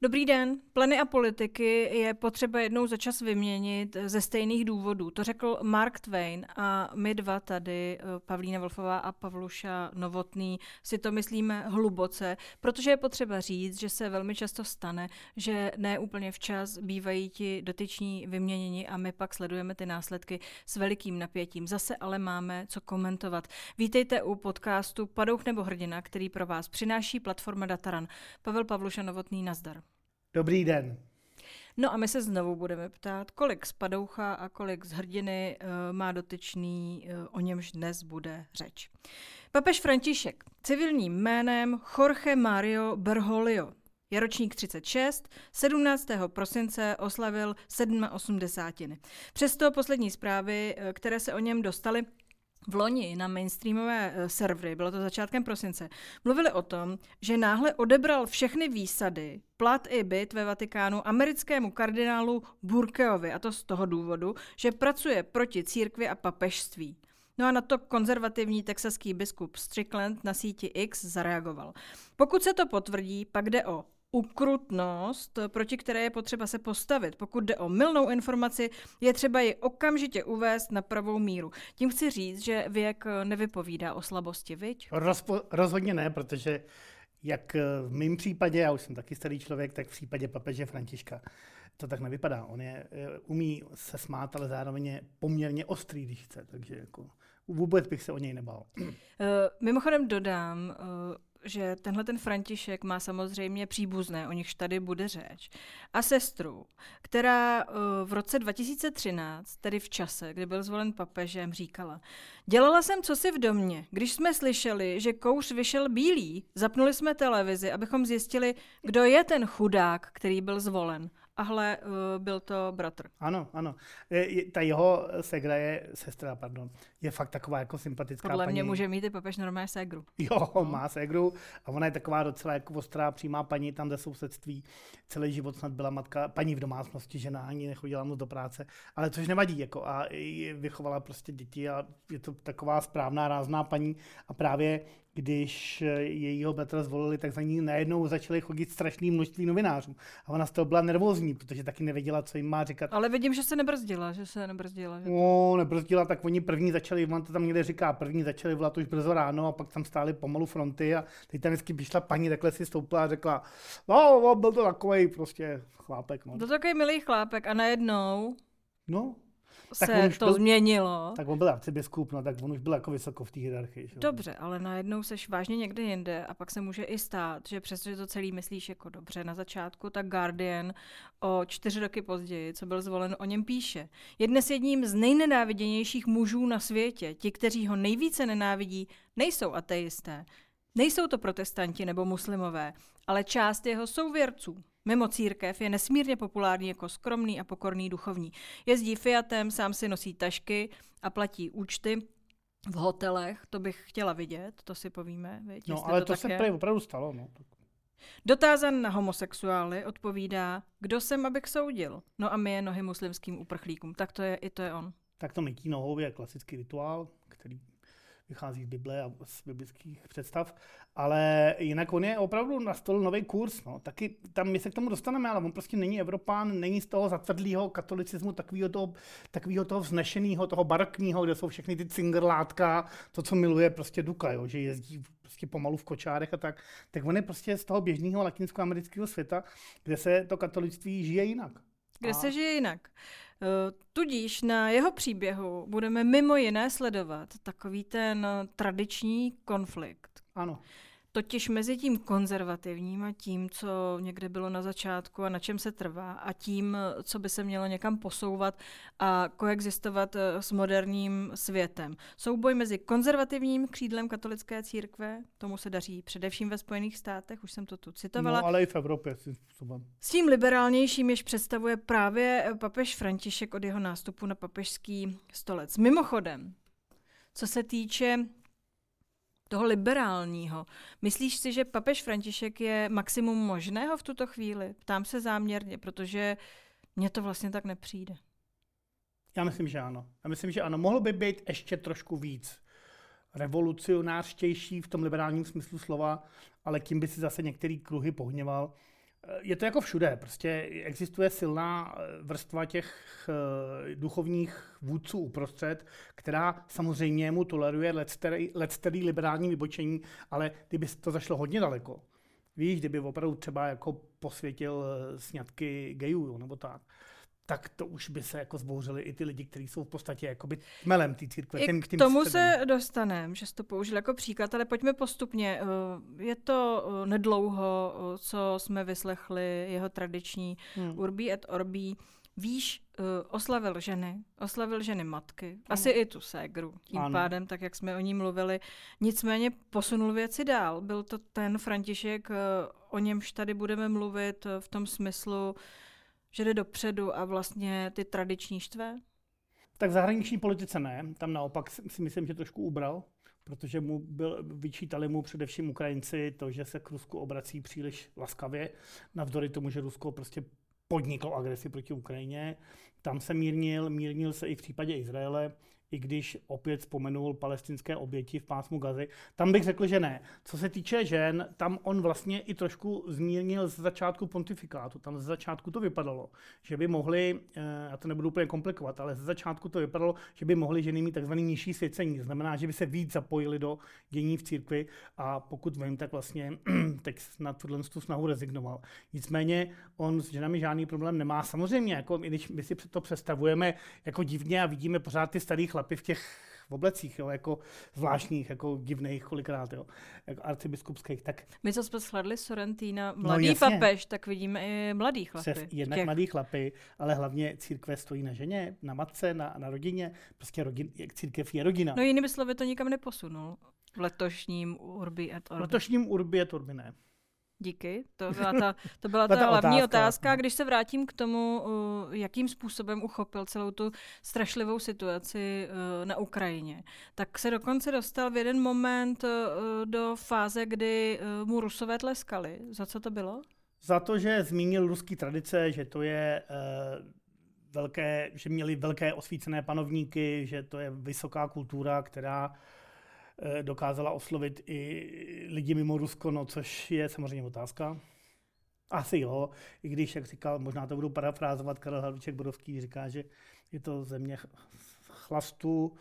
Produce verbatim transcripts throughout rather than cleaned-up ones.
Dobrý den. Pleny a politiky je potřeba jednou za čas vyměnit ze stejných důvodů. To řekl Mark Twain a my dva tady, Pavlína Wolfová a Pavluša Novotný, si to myslíme hluboce, protože je potřeba říct, že se velmi často stane, že ne úplně včas bývají ti dotyční vyměněni a my pak sledujeme ty následky s velikým napětím. Zase ale máme co komentovat. Vítejte u podcastu Padouch nebo hrdina, který pro vás přináší platforma Dataran. Pavel, Pavluša Novotný, nazdar. Dobrý den. No a my se znovu budeme ptát, kolik z padoucha a kolik z hrdiny uh, má dotyčný, uh, o němž dnes bude řeč. Papež František, civilním jménem Jorge Mario Bergoglio, je ročník třicet šest, sedmnáctého prosince oslavil osmdesátiny. Přesto poslední zprávy, které se o něm dostaly v loni na mainstreamové servery, bylo to začátkem prosince, mluvili o tom, že náhle odebral všechny výsady, plat i byt ve Vatikánu americkému kardinálu Burkeovi, a to z toho důvodu, že pracuje proti církvi a papežství. No a na to konzervativní texaský biskup Strickland na síti X zareagoval. Pokud se to potvrdí, pak jde o ukrutnost, proti které je potřeba se postavit. Pokud jde o mylnou informaci, je třeba ji okamžitě uvést na pravou míru. Tím chci říct, že věk nevypovídá o slabosti, viď? Rozpo, rozhodně ne, protože jak v mém případě, já už jsem taky starý člověk, tak v případě papeže Františka to tak nevypadá. On je, umí se smát, ale zároveň je poměrně ostrý, když chce, takže jako vůbec bych se o něj nebál. Uh, mimochodem dodám, uh, že tenhle ten František má samozřejmě příbuzné, o nichž tady bude řeč, a sestru, která uh, v roce dva tisíce třináct, tedy v čase, kdy byl zvolen papežem, říkala: dělala jsem cosi v domě, když jsme slyšeli, že kouř vyšel bílý, zapnuli jsme televizi, abychom zjistili, kdo je ten chudák, který byl zvolen. Ahle, uh, byl to bratr. Ano, ano. Je, ta jeho segra je, sestra, pardon, je fakt taková jako sympatická Podle paní. mě může mít i papež normálně ségru. Jo, no. Má ségru a ona je taková docela jako ostrá, přímá paní tam ze sousedství. Celý život snad byla matka, paní v domácnosti, žena, ani nechodila moc do práce, ale což nevadí, jako a vychovala prostě děti a je to taková správná, rázná paní a právě když jejího bratra zvolili, tak za ní najednou začaly chodit strašné množství novinářů. A ona z toho byla nervózní, protože taky nevěděla, co jim má říkat. Ale vidím, že se nebrzdila, že se nebrzdila. Že to... No, nebrzdila, tak oni první začali, on to tam někde říká, první začali volat už brzo ráno a pak tam stály pomalu fronty a teď tam vždycky přišla paní, takhle si stoupila a řekla, no, no byl to takovej prostě chlápek. No. To takový milý chlápek a najednou no. se to byl, změnilo. Tak on byl arcibiskup, no, tak on už byl jako vysoko v té hierarchii. Že? Dobře, ale najednou seš vážně někde jinde a pak se může i stát, že přestože to celý myslíš jako dobře na začátku, tak Guardian o čtyři roky později, co byl zvolen, o něm píše. Je dnes jedním z nejnenáviděnějších mužů na světě. Ti, kteří ho nejvíce nenávidí, nejsou ateisté. Nejsou to protestanti nebo muslimové, ale část jeho souvěrců. Mimo církev je nesmírně populární jako skromný a pokorný duchovní. Jezdí Fiatem, sám si nosí tašky a platí účty v hotelech. To bych chtěla vidět, to si povíme. Viď, no, ale to, to se prý opravdu stalo. No. Dotázan na homosexuály odpovídá, kdo jsem, abych soudil. No a my je nohy muslimským uprchlíkům. Tak to je, i to je on. Tak to mytí nohou je klasický rituál, který vychází z Bible a z biblických představ, ale jinak on je opravdu nastolil nový kurz, no. Taky tam my se k tomu dostaneme, ale on prostě není Evropán, není z toho zatvrdlého katolicismu takového toho, takového toho vznešeného, toho barokního, kde jsou všechny ty cingerlátka, to, co miluje prostě Duka, jo, že jezdí prostě pomalu v kočárech a tak, tak on je prostě z toho běžného latinskoamerického světa, kde se to katolictví žije jinak. Kde a... se žije jinak. Tudíž na jeho příběhu budeme mimo jiné sledovat takový ten tradiční konflikt. Ano. Totiž mezi tím konzervativním a tím, co někde bylo na začátku a na čem se trvá, a tím, co by se mělo někam posouvat a koexistovat s moderním světem. Souboj mezi konzervativním křídlem katolické církve, tomu se daří především ve Spojených státech, už jsem to tu citovala. No, ale i v Evropě. S tím liberálnějším, jež představuje právě papež František od jeho nástupu na papežský stolec. Mimochodem, co se týče toho liberálního. Myslíš si, že papež František je maximum možného v tuto chvíli? Ptám se záměrně, protože mně to vlastně tak nepřijde. Já myslím, že ano. Já myslím, že ano. Mohl by být ještě trošku víc revolucionářštější v tom liberálním smyslu slova, ale tím by si zase některý kruhy pohněval. Je to jako všude, prostě existuje silná vrstva těch duchovních vůdců uprostřed, která samozřejmě mu toleruje leckterý liberální vybočení, ale kdyby to zašlo hodně daleko, víš, kdyby opravdu třeba jako posvětil sňatky gayů, nebo tak, tak to už by se jako zbouřili i ty lidi, kteří jsou v podstatě jakoby tmelem té církve. I k tomu se dostaneme, že jsi to použil jako příklad, ale pojďme postupně. Je to nedlouho, co jsme vyslechli jeho tradiční hmm. Urbi et Orbi. Víš, oslavil ženy, oslavil ženy matky, ano. Asi i tu ségru, tím ano. pádem, tak jak jsme o ní mluvili. Nicméně posunul věci dál. Byl to ten František, o němž tady budeme mluvit v tom smyslu, že jde dopředu a vlastně ty tradiční štve? Tak v zahraniční politice ne. Tam naopak si myslím, že trošku ubral, protože mu byl, vyčítali mu především Ukrajinci to, že se k Rusku obrací příliš laskavě, navzdory tomu, že Rusko prostě podniklo agresi proti Ukrajině. Tam se mírnil, mírnil se i v případě Izraele, i když opět vzpomenul palestinské oběti v pásmu Gazy. Tam bych řekl, že ne. Co se týče žen, tam on vlastně i trošku zmírnil z začátku pontifikátu. Tam z začátku to vypadalo, že by mohli, já to nebudu úplně komplikovat, ale z začátku to vypadalo, že by mohly ženy mít takzvaný nižší svěcení. Znamená, že by se víc zapojili do dění v církvi a pokud vím, tak vlastně teď na tuhle snahu rezignoval. Nicméně on s ženami žádný problém nemá. Samozřejmě, jako když my si to představujeme jako divně a vidíme pořád ty starý chlapy v těch v oblecích, jo, jako zvláštních, jako divných kolikrát, jo, jako arcibiskupských, tak... My, co jsme shledli Sorrentina, mladý no, papež, tak vidíme i mladý chlapy. Přes, jednak těch... mladý chlapy, ale hlavně církve stojí na ženě, na matce, na, na rodině, prostě rodin, církev je rodina. No jinými slovy to nikam neposunul v letošním Urbi et Orbi. V letošním Urbi et Orbi ne. Díky, to byla ta, to byla ta, ta hlavní otázka. otázka. Když se vrátím k tomu, jakým způsobem uchopil celou tu strašlivou situaci na Ukrajině, tak se dokonce dostal v jeden moment do fáze, kdy mu Rusové tleskali. Za co to bylo? Za to, že zmínil ruský tradice, že to je uh, velké, že měli velké osvícené panovníky, že to je vysoká kultura, která dokázala oslovit i lidi mimo Rusko, no, což je samozřejmě otázka. Asi jo, i když, jak říkal, možná to budu parafrázovat, Karel Havlíček Borovský říká, že je to země chlastu,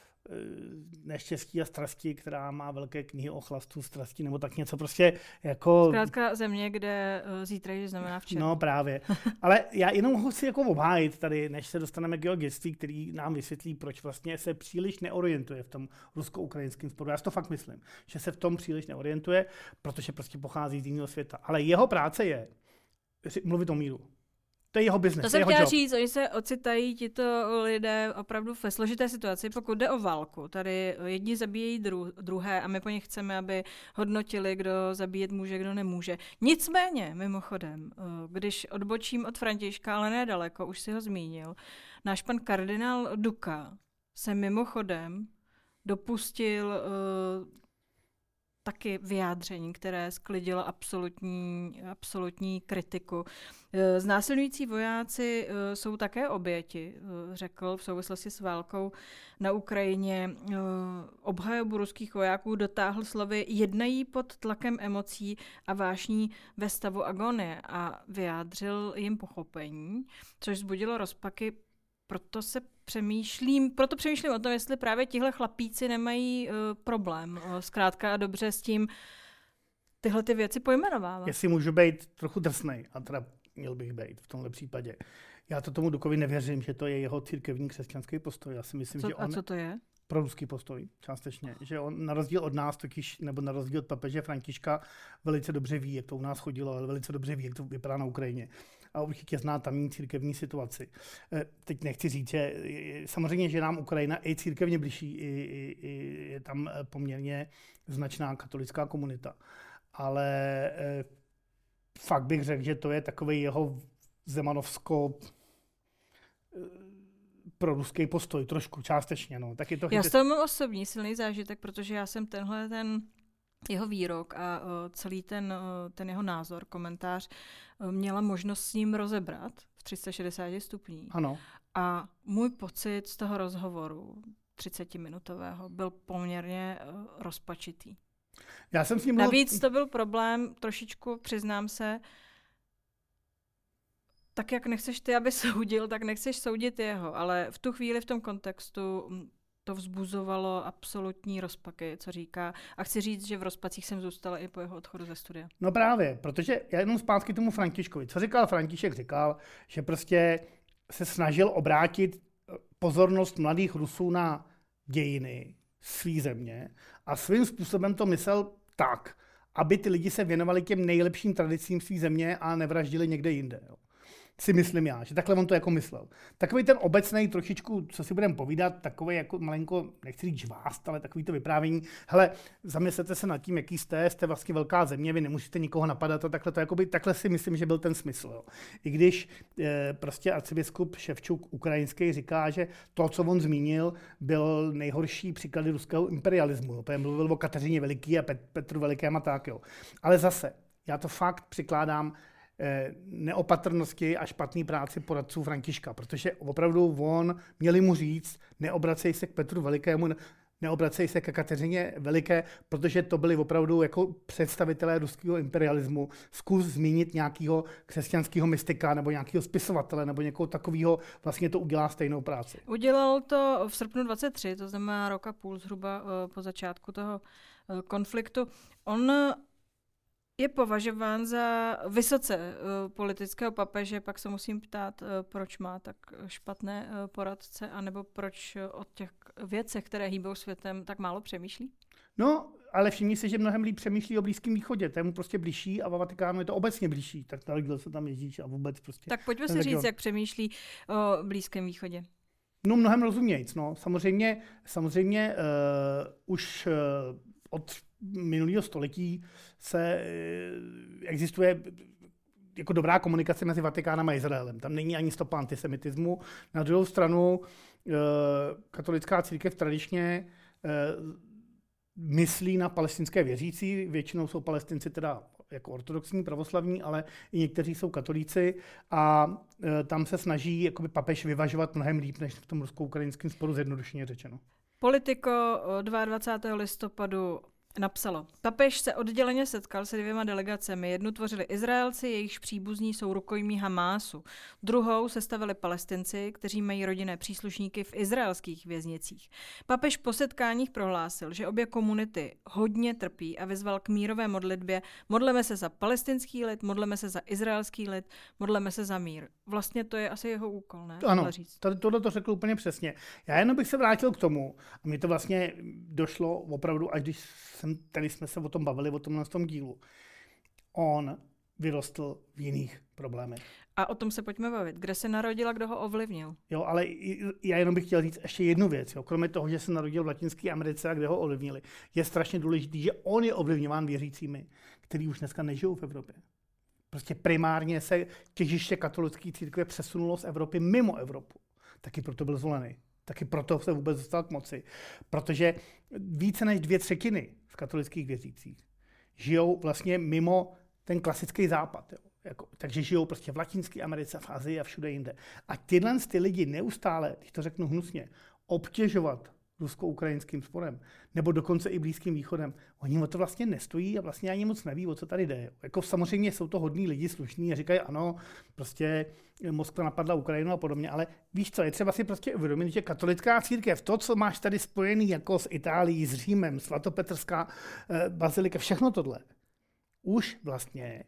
neštěstí a strasti, která má velké knihy o chlastu, strasti, nebo tak něco prostě jako... Zkrátka země, kde zítřejší znamená včera. No právě. Ale já jenom ho chci jako obhájit tady, než se dostaneme k jeho dětství, který nám vysvětlí, proč vlastně se příliš neorientuje v tom rusko-ukrajinském sporu. Já si to fakt myslím, že se v tom příliš neorientuje, protože prostě pochází z jiného světa. Ale jeho práce je mluvit o míru. To je jeho biznes, to jsem chtěla říct, oni se ocitají tito lidé opravdu ve složité situaci, pokud jde o válku. Tady jedni zabíjejí dru- druhé a my po nich chceme, aby hodnotili, kdo zabíjet může, kdo nemůže. Nicméně, mimochodem, když odbočím od Františka, ale nedaleko, už si ho zmínil, náš pan kardinál Duka se mimochodem dopustil uh, taky vyjádření, které sklidilo absolutní, absolutní kritiku. Znásilňující vojáci jsou také oběti, řekl v souvislosti s válkou na Ukrajině. Obhajobu ruských vojáků dotáhl slovy jednají pod tlakem emocí a vášní ve stavu agonie a vyjádřil jim pochopení, což vzbudilo rozpaky. Proto se přemýšlím, proto přemýšlím o tom, jestli právě tihle chlapíci nemají uh, problém uh, zkrátka a dobře s tím tyhle ty věci pojmenovávat. Jestli můžu být trochu drsnej, a teda měl bych být v tomhle případě. Já to tomu Dukovi nevěřím, že to je jeho církevní křesťanský postoj. Já si myslím, co, že on... A co to je? Proruský postoj, částečně. Že on na rozdíl od nás, totiž, nebo na rozdíl od papeže Františka, velice dobře ví, jak to u nás chodilo, ale velice dobře ví, jak to vypadá na Ukrajině. A určitě zná tamní církevní situaci. Teď nechci říct, že samozřejmě, že nám Ukrajina i církevně blíží, i, i, i je tam poměrně značná katolická komunita. Ale e, fakt bych řekl, že to je takový jeho zemanovsko pro ruský postoj, trošku, částečně. No. Tak je to já jsem mám osobní silný zážitek, protože já jsem tenhle ten jeho výrok a uh, celý ten, uh, ten jeho názor, komentář uh, měla možnost s ním rozebrat v tři sta šedesáti stupních. Ano. A můj pocit z toho rozhovoru třicetiminutového byl poměrně uh, rozpačitý. Já jsem s ním mluvil... Navíc to byl problém, trošičku přiznám se, tak jak nechceš ty, aby soudil, tak nechceš soudit jeho, ale v tu chvíli v tom kontextu to vzbuzovalo absolutní rozpaky, co říká. A chci říct, že v rozpacích jsem zůstala i po jeho odchodu ze studia. No právě, protože já jenom zpátky tomu Františkovi. Co říkal František? Říkal, že prostě se snažil obrátit pozornost mladých Rusů na dějiny svý země a svým způsobem to myslel tak, aby ty lidi se věnovali těm nejlepším tradicím svý země a nevraždili někde jinde. Jo. Si myslím já, že takhle on to jako myslel. Takový ten obecný trošičku, co si budeme povídat, takový jako malinko, nechci říct žvást, ale takový to vyprávění. Hele, zamyslete se nad tím, jaký jste, jste vlastně velká země, vy nemusíte nikoho napadat a takhle, to jakoby, takhle si myslím, že byl ten smysl. Jo. I když e, prostě arcibiskup Ševčuk ukrajinský říká, že to, co on zmínil, byl nejhorší příklad ruského imperialismu. Jo. Mluvil o Kateřině Veliký a Pet, Petru Velikém a tak. Jo. Ale zase, já to fakt přikládám neopatrnosti a špatný práci poradců Františka, protože opravdu on, měli mu říct, neobracej se k Petru Velikému, neobracej se ke Kateřině Veliké, protože to byli opravdu jako představitelé ruského imperialismu. Zkus zmínit nějakého křesťanského mystika nebo nějakého spisovatele nebo někoho takového, vlastně to udělá stejnou práci. Udělal to v srpnu dvacet tři, to znamená rok a půl zhruba po začátku toho konfliktu. On je považován za vysoce uh, politického papeže, pak se musím ptát, uh, proč má tak špatné uh, poradce, anebo proč uh, o těch věcech, které hýbou světem, tak málo přemýšlí? No, ale všimni si, že mnohem líp přemýšlí o Blízkém východě, to je mu prostě blížší a ve Vatikánu je to obecně blížší, tak narodil se tam Ježíš a vůbec prostě. Tak pojďme si říct, jak přemýšlí o Blízkém východě. No, mnohem rozumějíc, no. Samozřejmě, samozřejmě uh, už uh, od minulého století se existuje jako dobrá komunikace mezi Vatikánem a Izraelem. Tam není ani stopa antisemitismu. Na druhou stranu katolická církev tradičně myslí na palestinské věřící. Většinou jsou Palestinci teda jako ortodoxní, pravoslavní, ale i někteří jsou katolíci a tam se snaží jakoby papež vyvažovat mnohem líp, než v tom rusko-ukrajinském sporu, zjednodušeně řečeno. Politico dvacátého druhého listopadu napsalo: Papež se odděleně setkal se dvěma delegacemi. Jednu tvořili Izraelci, jejichž příbuzní jsou rukojmí Hamásu. Druhou sestavili Palestinci, kteří mají rodinné příslušníky v izraelských věznicích. Papež po setkáních prohlásil, že obě komunity hodně trpí a vyzval k mírové modlitbě. Modleme se za palestinský lid, modleme se za izraelský lid, modleme se za mír. Vlastně to je asi jeho úkol, ne? Ano, tohle to řekl úplně přesně. Já jenom bych se vrátil k tomu, a mi to vlastně došlo opravdu, až když jsem, tady jsme se o tom bavili, o tomhle tom dílu. On vyrostl v jiných problémech. A o tom se pojďme bavit. Kde se narodil a kdo ho ovlivnil? Jo, ale já jenom bych chtěl říct ještě jednu věc. Jo. Kromě toho, že se narodil v Latinské Americe a kde ho ovlivnili, je strašně důležitý, že on je ovlivňován věřícími, kteří už dneska nežijou v Evropě. Prostě primárně se těžiště katolické církve přesunulo z Evropy mimo Evropu. Taky proto byl zvolený. Taky proto se vůbec dostal k moci. Protože více než dvě třetiny z katolických věřících žijou vlastně mimo ten klasický západ. Jo. Jako, takže žijou prostě v Latinské Americe, v Asii a všude jinde. A tyhle ty lidi neustále, když to řeknu hnusně, obtěžovat rusko-ukrajinským sporem, nebo dokonce i Blízkým východem, oni o to vlastně nestojí a vlastně ani moc neví, o co tady jde. Jako samozřejmě jsou to hodní lidi, slušní a říkají, ano, prostě Moskva napadla Ukrajinu a podobně, ale víš co, je třeba si prostě uvědomit, že katolická církev, to, co máš tady spojený jako s Itálií, s Římem, svatopetrská eh, bazilika, všechno tohle, už vlastně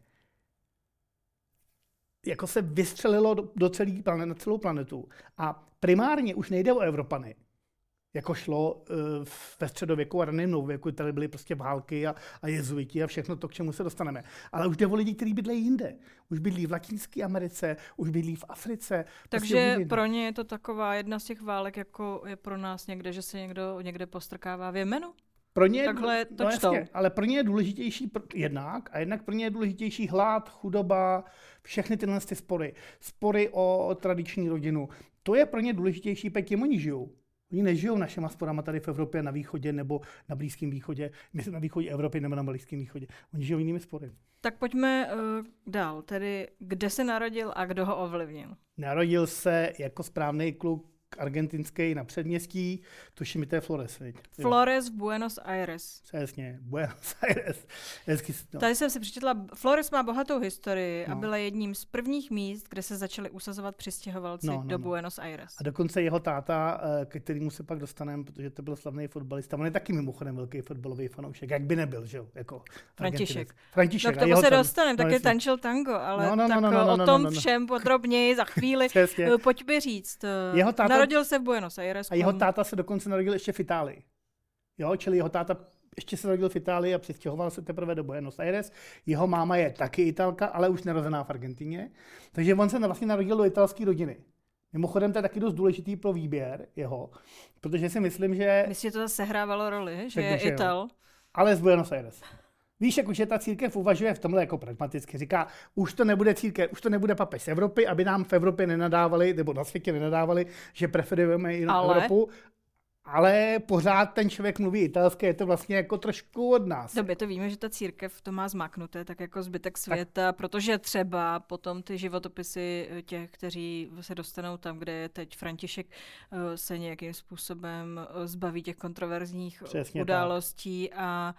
jako se vystřelilo do, do celý planet, na celou planetu. A primárně už nejde o Evropany, jako šlo uh, ve středověku a raném novověku, tady byly prostě války a, a jezuiti a všechno to, k čemu se dostaneme. Ale už jde o lidi, kteří bydlejí jinde. Už bydlí v Latinské Americe, už bydlí v Africe. Takže prostě pro ně je to taková jedna z těch válek, jako je pro nás někde, že se někdo někde postrkává v Jemenu? Pro ně Takhle to no čtou. Jasně, ale pro ně je důležitější jednak a jednak pro ně je důležitější hlad, chudoba, všechny tyhle ty spory. Spory o, o tradiční rodinu. To je pro ně důležitější, protože oni žijou. Oni nežijou našima sporama tady v Evropě na východě nebo na Blízkém východě, na východě Evropy nebo na Blízkém východě. Oni žijou jinými spory. Tak pojďme uh, dál, tedy kde se narodil a kdo ho ovlivnil? Narodil se jako správný kluk argentinský na předměstí, tuším mi to je Flores, viď? Flores v Buenos Aires. Přesně, Buenos Aires. Hezky, no. Tady jsem si přečetla, Flores má bohatou historii No. a byla jedním z prvních míst, kde se začali usazovat přistěhovalci No, no, do no. Buenos Aires. A dokonce jeho táta, ke kterému se pak dostaneme, protože to byl slavný fotbalista, on je taky mimochodem velký fotbalový fanoušek, jak by nebyl, že jo? Jako František. František. No k tomu se dostaneme, taky tančil tango, ale no, no, tak no, no, no, o no, tom no, no. všem podrobněji za chvíli. Pojď mi říct, jeho táta, narodil se v Buenos Aires. A jeho táta se dokonce narodil ještě v Itálii. Jo, čili jeho táta ještě se narodil v Itálii a přistěhoval se teprve do Buenos Aires. Jeho máma je taky Italka, ale už narozená v Argentině. Takže on se vlastně narodil do italské rodiny. Mimochodem to je taky dost důležitý pro výběr jeho, protože si myslím, že... Myslíš, že to zase sehrávalo roli, že je že Ital? Jo. Ale z Buenos Aires. Víš, jak už je ta církev uvažuje v tomhle jako pragmaticky. Říká, už to nebude církev, už to nebude papež z Evropy, aby nám v Evropě nenadávali, nebo na světě nenadávali, že preferujeme jinou ale... Evropu. Ale pořád ten člověk mluví italsky, je to vlastně jako trošku od nás. Dobře, to víme, že ta církev to má zmáknuté, tak jako zbytek světa, tak. Protože třeba potom ty životopisy těch, kteří se dostanou tam, kde je teď František, se nějakým způsobem zbaví těch kontroverzních Přesně událostí tak. A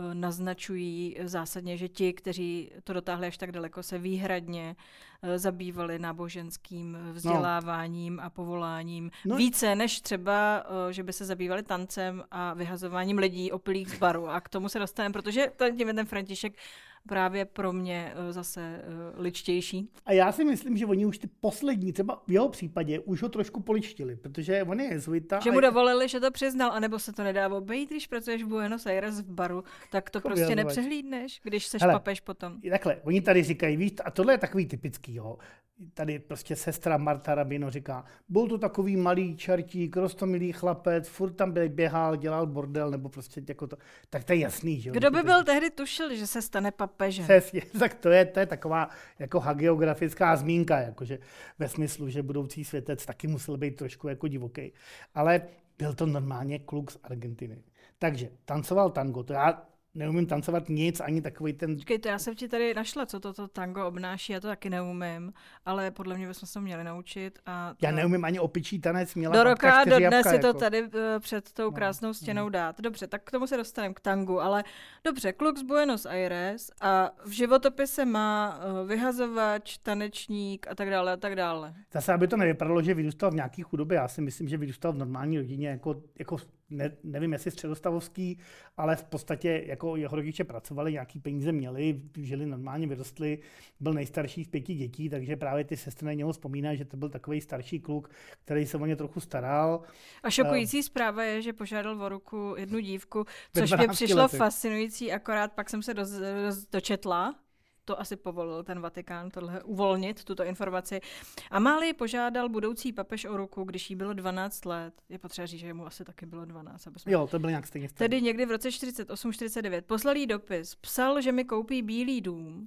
naznačují zásadně, že ti, kteří to dotáhli až tak daleko, se výhradně zabývali náboženským vzděláváním no. a povoláním. No. Více než třeba, že by se zabývali tancem a vyhazováním lidí opilých z baru. A k tomu se dostaneme, protože tím je ten František právě pro mě zase ličtější. A já si myslím, že oni už ty poslední, třeba v jeho případě, už ho trošku poličtili, protože on je jezuita. Že mu dovolili, že to přiznal, anebo se to nedá obejít, když pracuješ v Buenos Aires v baru, tak to jako prostě vyjadovat. Nepřehlídneš, když seš Hele, papež potom. Takhle, oni tady říkají, víš, a tohle je takový typický, jo. Tady prostě sestra Marta Rabino říká, byl to takový malý čertík, roztomilý chlapec, furt tam běhal, dělal bordel, nebo prostě jako to. Tak to je jasný, že jo. Kdo by byl tehdy tušil, že se stane papežem? Přesně, tak to je, to je taková jako hagiografická zmínka, jakože ve smyslu, že budoucí světec taky musel být trošku jako divoký. Ale byl to normálně kluk z Argentiny. Takže tancoval tango, to já neumím tancovat nic, ani takový ten... Počkejte, já jsem ti tady našla, co toto tango obnáší, já to taky neumím, ale podle mě bychom se to měli naučit. A to... Já neumím ani opičí tanec, měla do roka a do dnes si to jako... tady uh, před tou krásnou no, stěnou no. dát. Dobře, tak k tomu se dostaneme k tangu, ale dobře, kluk z Buenos Aires a v životopise má uh, vyhazovač, tanečník a tak dále a tak dále. Zase, aby to nevypadalo, že vyrůstal v nějaký chudobě, já si myslím, že vyrůstal v normální rodině, jako, jako ne, nevím, jestli středostavovský, ale v podstatě jako jeho rodiče pracovali, nějaký peníze měli, žili normálně, vyrostli, byl nejstarší z pěti dětí, takže právě ty sestry na něho vzpomínají, že to byl takový starší kluk, který se o ně trochu staral. A šokující uh, zpráva je, že požádal o ruku jednu dívku, což mě přišlo letech. fascinující, akorát pak jsem se doz, doz, dočetla, to asi povolil ten Vatikán tohle uvolnit, tuto informaci. Amálie požádal budoucí papež o ruku, když jí bylo dvanáct let. Je potřeba říct, že mu asi taky bylo dvanáct. Aby jsme... Jo, to byl nějak stejně. Tedy někdy v roce čtyřicet osm čtyřicet devět. Poslal jí dopis. Psal, že mi koupí bílý dům,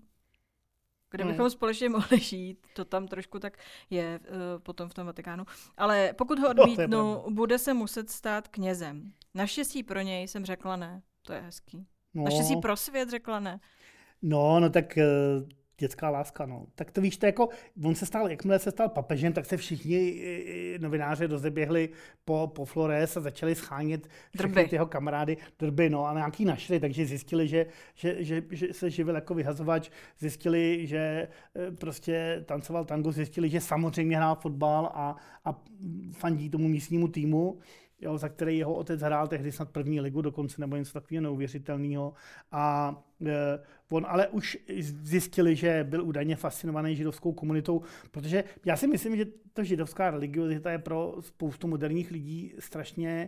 kde bychom hmm. společně mohli žít. To tam trošku tak je uh, potom v tom Vatikánu. Ale pokud ho odmítnu, no, bude se muset stát knězem. Naštěstí pro něj jsem řekla ne. To je hezký. No. Naštěstí pro svět řekla ne. No, no tak uh, dětská láska, no. Tak to víš, to jako, on se stal, jakmile se stal papežem, tak se všichni novináři rozeběhli po, po Flores a začali schánět všechny ty jeho kamarády, drby, no, a nějaký našli, takže zjistili, že, že, že, že se živil jako vyhazovač, zjistili, že prostě tancoval tango, zjistili, že samozřejmě hrál fotbal a, a fandí tomu místnímu týmu. Jo, za který jeho otec hrál tehdy snad první ligu dokonce, nebo něco takového neuvěřitelného. A e, on ale už zjistili, že byl údajně fascinovaný židovskou komunitou, protože já si myslím, že ta židovská religiozita je pro spoustu moderních lidí strašně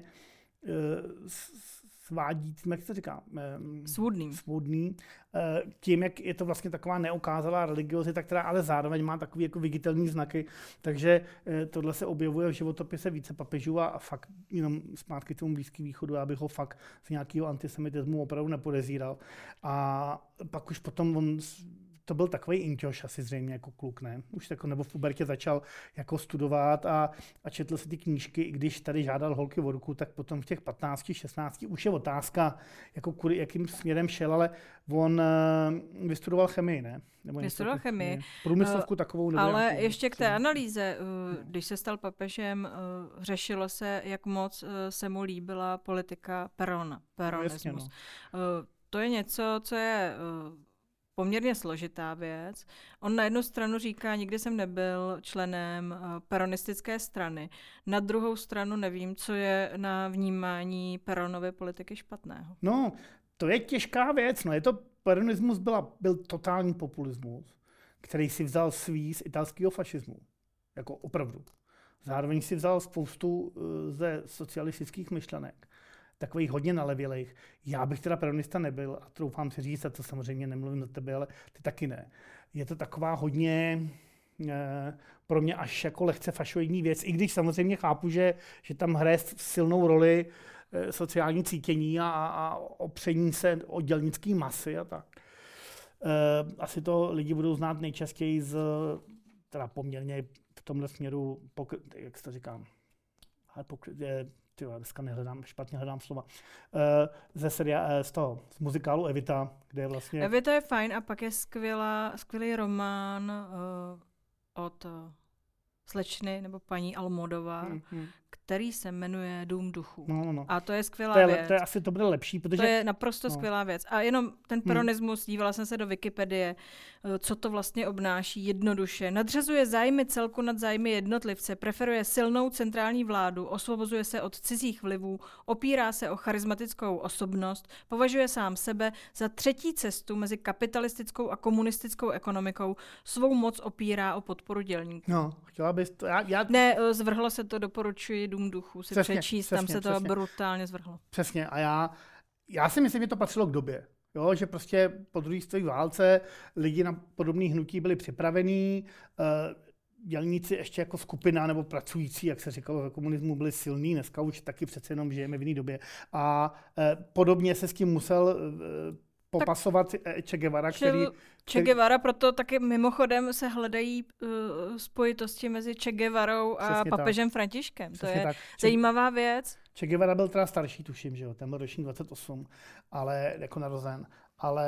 e, svádí, jak se říká? Svůdný. Svůdný. Tím, jak je to vlastně taková neokázalá religiozita, která ale zároveň má takový jako viditelný znaky, takže tohle se objevuje v životopise více papežů a fakt jenom zpátky k tomu Blízkému východu, já bych ho fakt z nějakého antisemitismu opravdu nepodezíral. A pak už potom on to byl takový inťoš asi zřejmě jako kluk, ne? Už jako, nebo v pubertě začal jako studovat a, a četl si ty knížky, i když tady žádal holky o ruku, tak potom v těch patnácti, šestnácti už je otázka, jako kudy, jakým směrem šel, ale on uh, vystudoval chemii, ne? Nebo vystudoval chemii. Průmyslovku uh, takovou. Ale nějakou, ještě k té analýze, uh, když se stal papežem, uh, řešilo se, jak moc uh, se mu líbila politika Perona, peronismus. Jasně, no. uh, to je něco, co je uh, poměrně složitá věc. On na jednu stranu říká, nikdy jsem nebyl členem uh, peronistické strany. Na druhou stranu nevím, co je na vnímání Peronovy politiky špatného. No, to je těžká věc. No, je to, peronismus byla, byl totální populismus, který si vzal svý z italského fašismu. Jako opravdu. Zároveň si vzal spoustu uh, ze socialistických myšlenek. Takových hodně nalevělejch. Já bych teda peronista nebyl a troufám si říct, a to samozřejmě nemluvím za tebe, ale ty taky ne. Je to taková hodně eh, pro mě až jako lehce fašoidní věc, i když samozřejmě chápu, že, že tam hraje silnou roli eh, sociální cítění a, a opření se o dělnický masy a tak. Eh, asi to lidi budou znát nejčastěji z, teda poměrně v tomhle směru, pokr- jak se to říkám, pokr- Tyjo, dneska nehledám, špatně hledám slova. Uh, ze seria, uh, z toho, z muzikálu Evita, kde je vlastně... Evita je fajn a pak je skvělá, skvělý román uh, od uh, slečny nebo paní Almodovar, hmm, hmm. který se jmenuje Dům duchů. No, no, no. A to je skvělá to je, věc. To je asi to bude lepší, protože... To je naprosto no. skvělá věc. A jenom ten peronismus, hmm. dívala jsem se do Wikipedie, co to vlastně obnáší jednoduše. Nadřazuje zájmy celku nad zájmy jednotlivce, preferuje silnou centrální vládu, osvobozuje se od cizích vlivů, opírá se o charismatickou osobnost, považuje sám sebe za třetí cestu mezi kapitalistickou a komunistickou ekonomikou, svou moc opírá o podporu dělníků. No, chtěla bys to... Já, já... Ne, zvrhlo se to, doporučuji Dům duchů si přesně, přečíst, přesně, tam se to přesně. brutálně zvrhlo. Přesně a já, já si myslím, že to patřilo k době. Jo, že prostě po druhé světové válce lidi na podobné hnutí byli připravení, dělníci ještě jako skupina nebo pracující, jak se říkalo ve komunismu, byli silní, dneska už taky přece jenom žijeme v jiné době. A podobně se s tím musel popasovat tak Che Guevara, který... Che Guevara, proto taky mimochodem se hledají uh, spojitosti mezi Che Guevarou a Přesně papežem tak. Františkem. Přesně to je tak. zajímavá věc. Che Guevara byl teda starší, tuším, že jo, ten byl ročník dvacet osm, ale jako narozen. Ale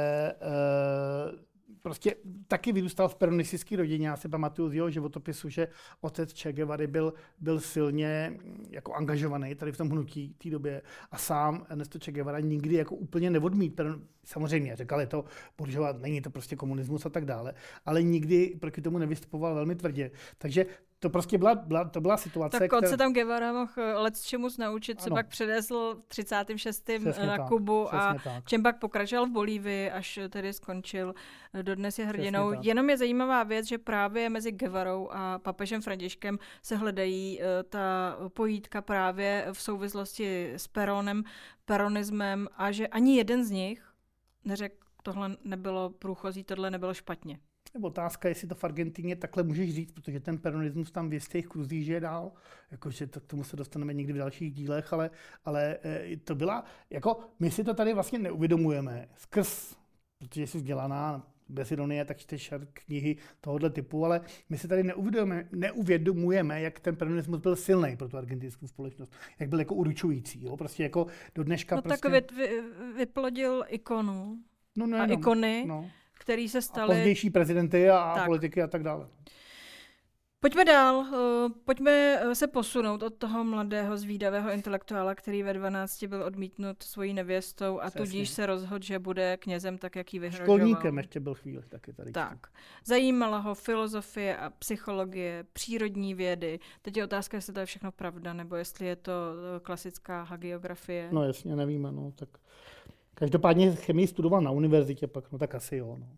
uh, prostě taky vyrůstal v peronistické rodině. Já si pamatuju z jeho životopisu, že otec Che Guevary byl, byl silně jako angažovaný tady v tom hnutí té době a sám Ernesto Che Guevara nikdy jako úplně neodmít. Samozřejmě, říkal, je to buržova, není to prostě komunismus a tak dále, ale nikdy proti tomu nevystupoval velmi tvrdě. Takže to prostě byla, byla, to byla situace, tak on která... se tam Guevara mohl lecčemus naučit, se pak předesl v třicátém šestém na tak, Kubu a čem pak pokračoval v Bolívii, až tedy skončil. Dodnes je hrdinou. Jenom je zajímavá věc, že právě mezi Guevarou a papežem Františkem se hledají uh, ta pojítka právě v souvislosti s Peronem, peronismem a že ani jeden z nich neřekl, tohle nebylo průchozí, tohle nebylo špatně. Nebo otázka, jestli to v Argentině takhle můžeš říct, protože ten peronismus tam v jistých kruzích žije dál, jakože to, k tomu se dostaneme někdy v dalších dílech, ale, ale e, to byla, jako my si to tady vlastně neuvědomujeme skrz, protože jsi vzdělaná, bez ironie, tak čteš knihy tohohle typu, ale my si tady neuvědomujeme, neuvědomujeme, jak ten peronismus byl silný pro tu argentinskou společnost, jak byl jako určující, jo? Prostě jako do dneška no prostě... tak vy, vy, vyplodil ikonu no, no, a no, ikony, no. který se staly... A pozdější prezidenty a, a politiky a tak dále. Pojďme dál, pojďme se posunout od toho mladého zvídavého intelektuála, který ve dvanácti byl odmítnut svojí nevěstou a Přesně. tudíž se rozhodl, že bude knězem tak, jak jí vyhrožoval. Školníkem ještě byl chvíli taky tady. Tak. Zajímala ho filozofie a psychologie, přírodní vědy. Teď je otázka, jestli to je všechno pravda, nebo jestli je to klasická hagiografie. No jasně, nevíme, no tak... Každopádně chemii studoval na univerzitě pak, no tak asi jo, no.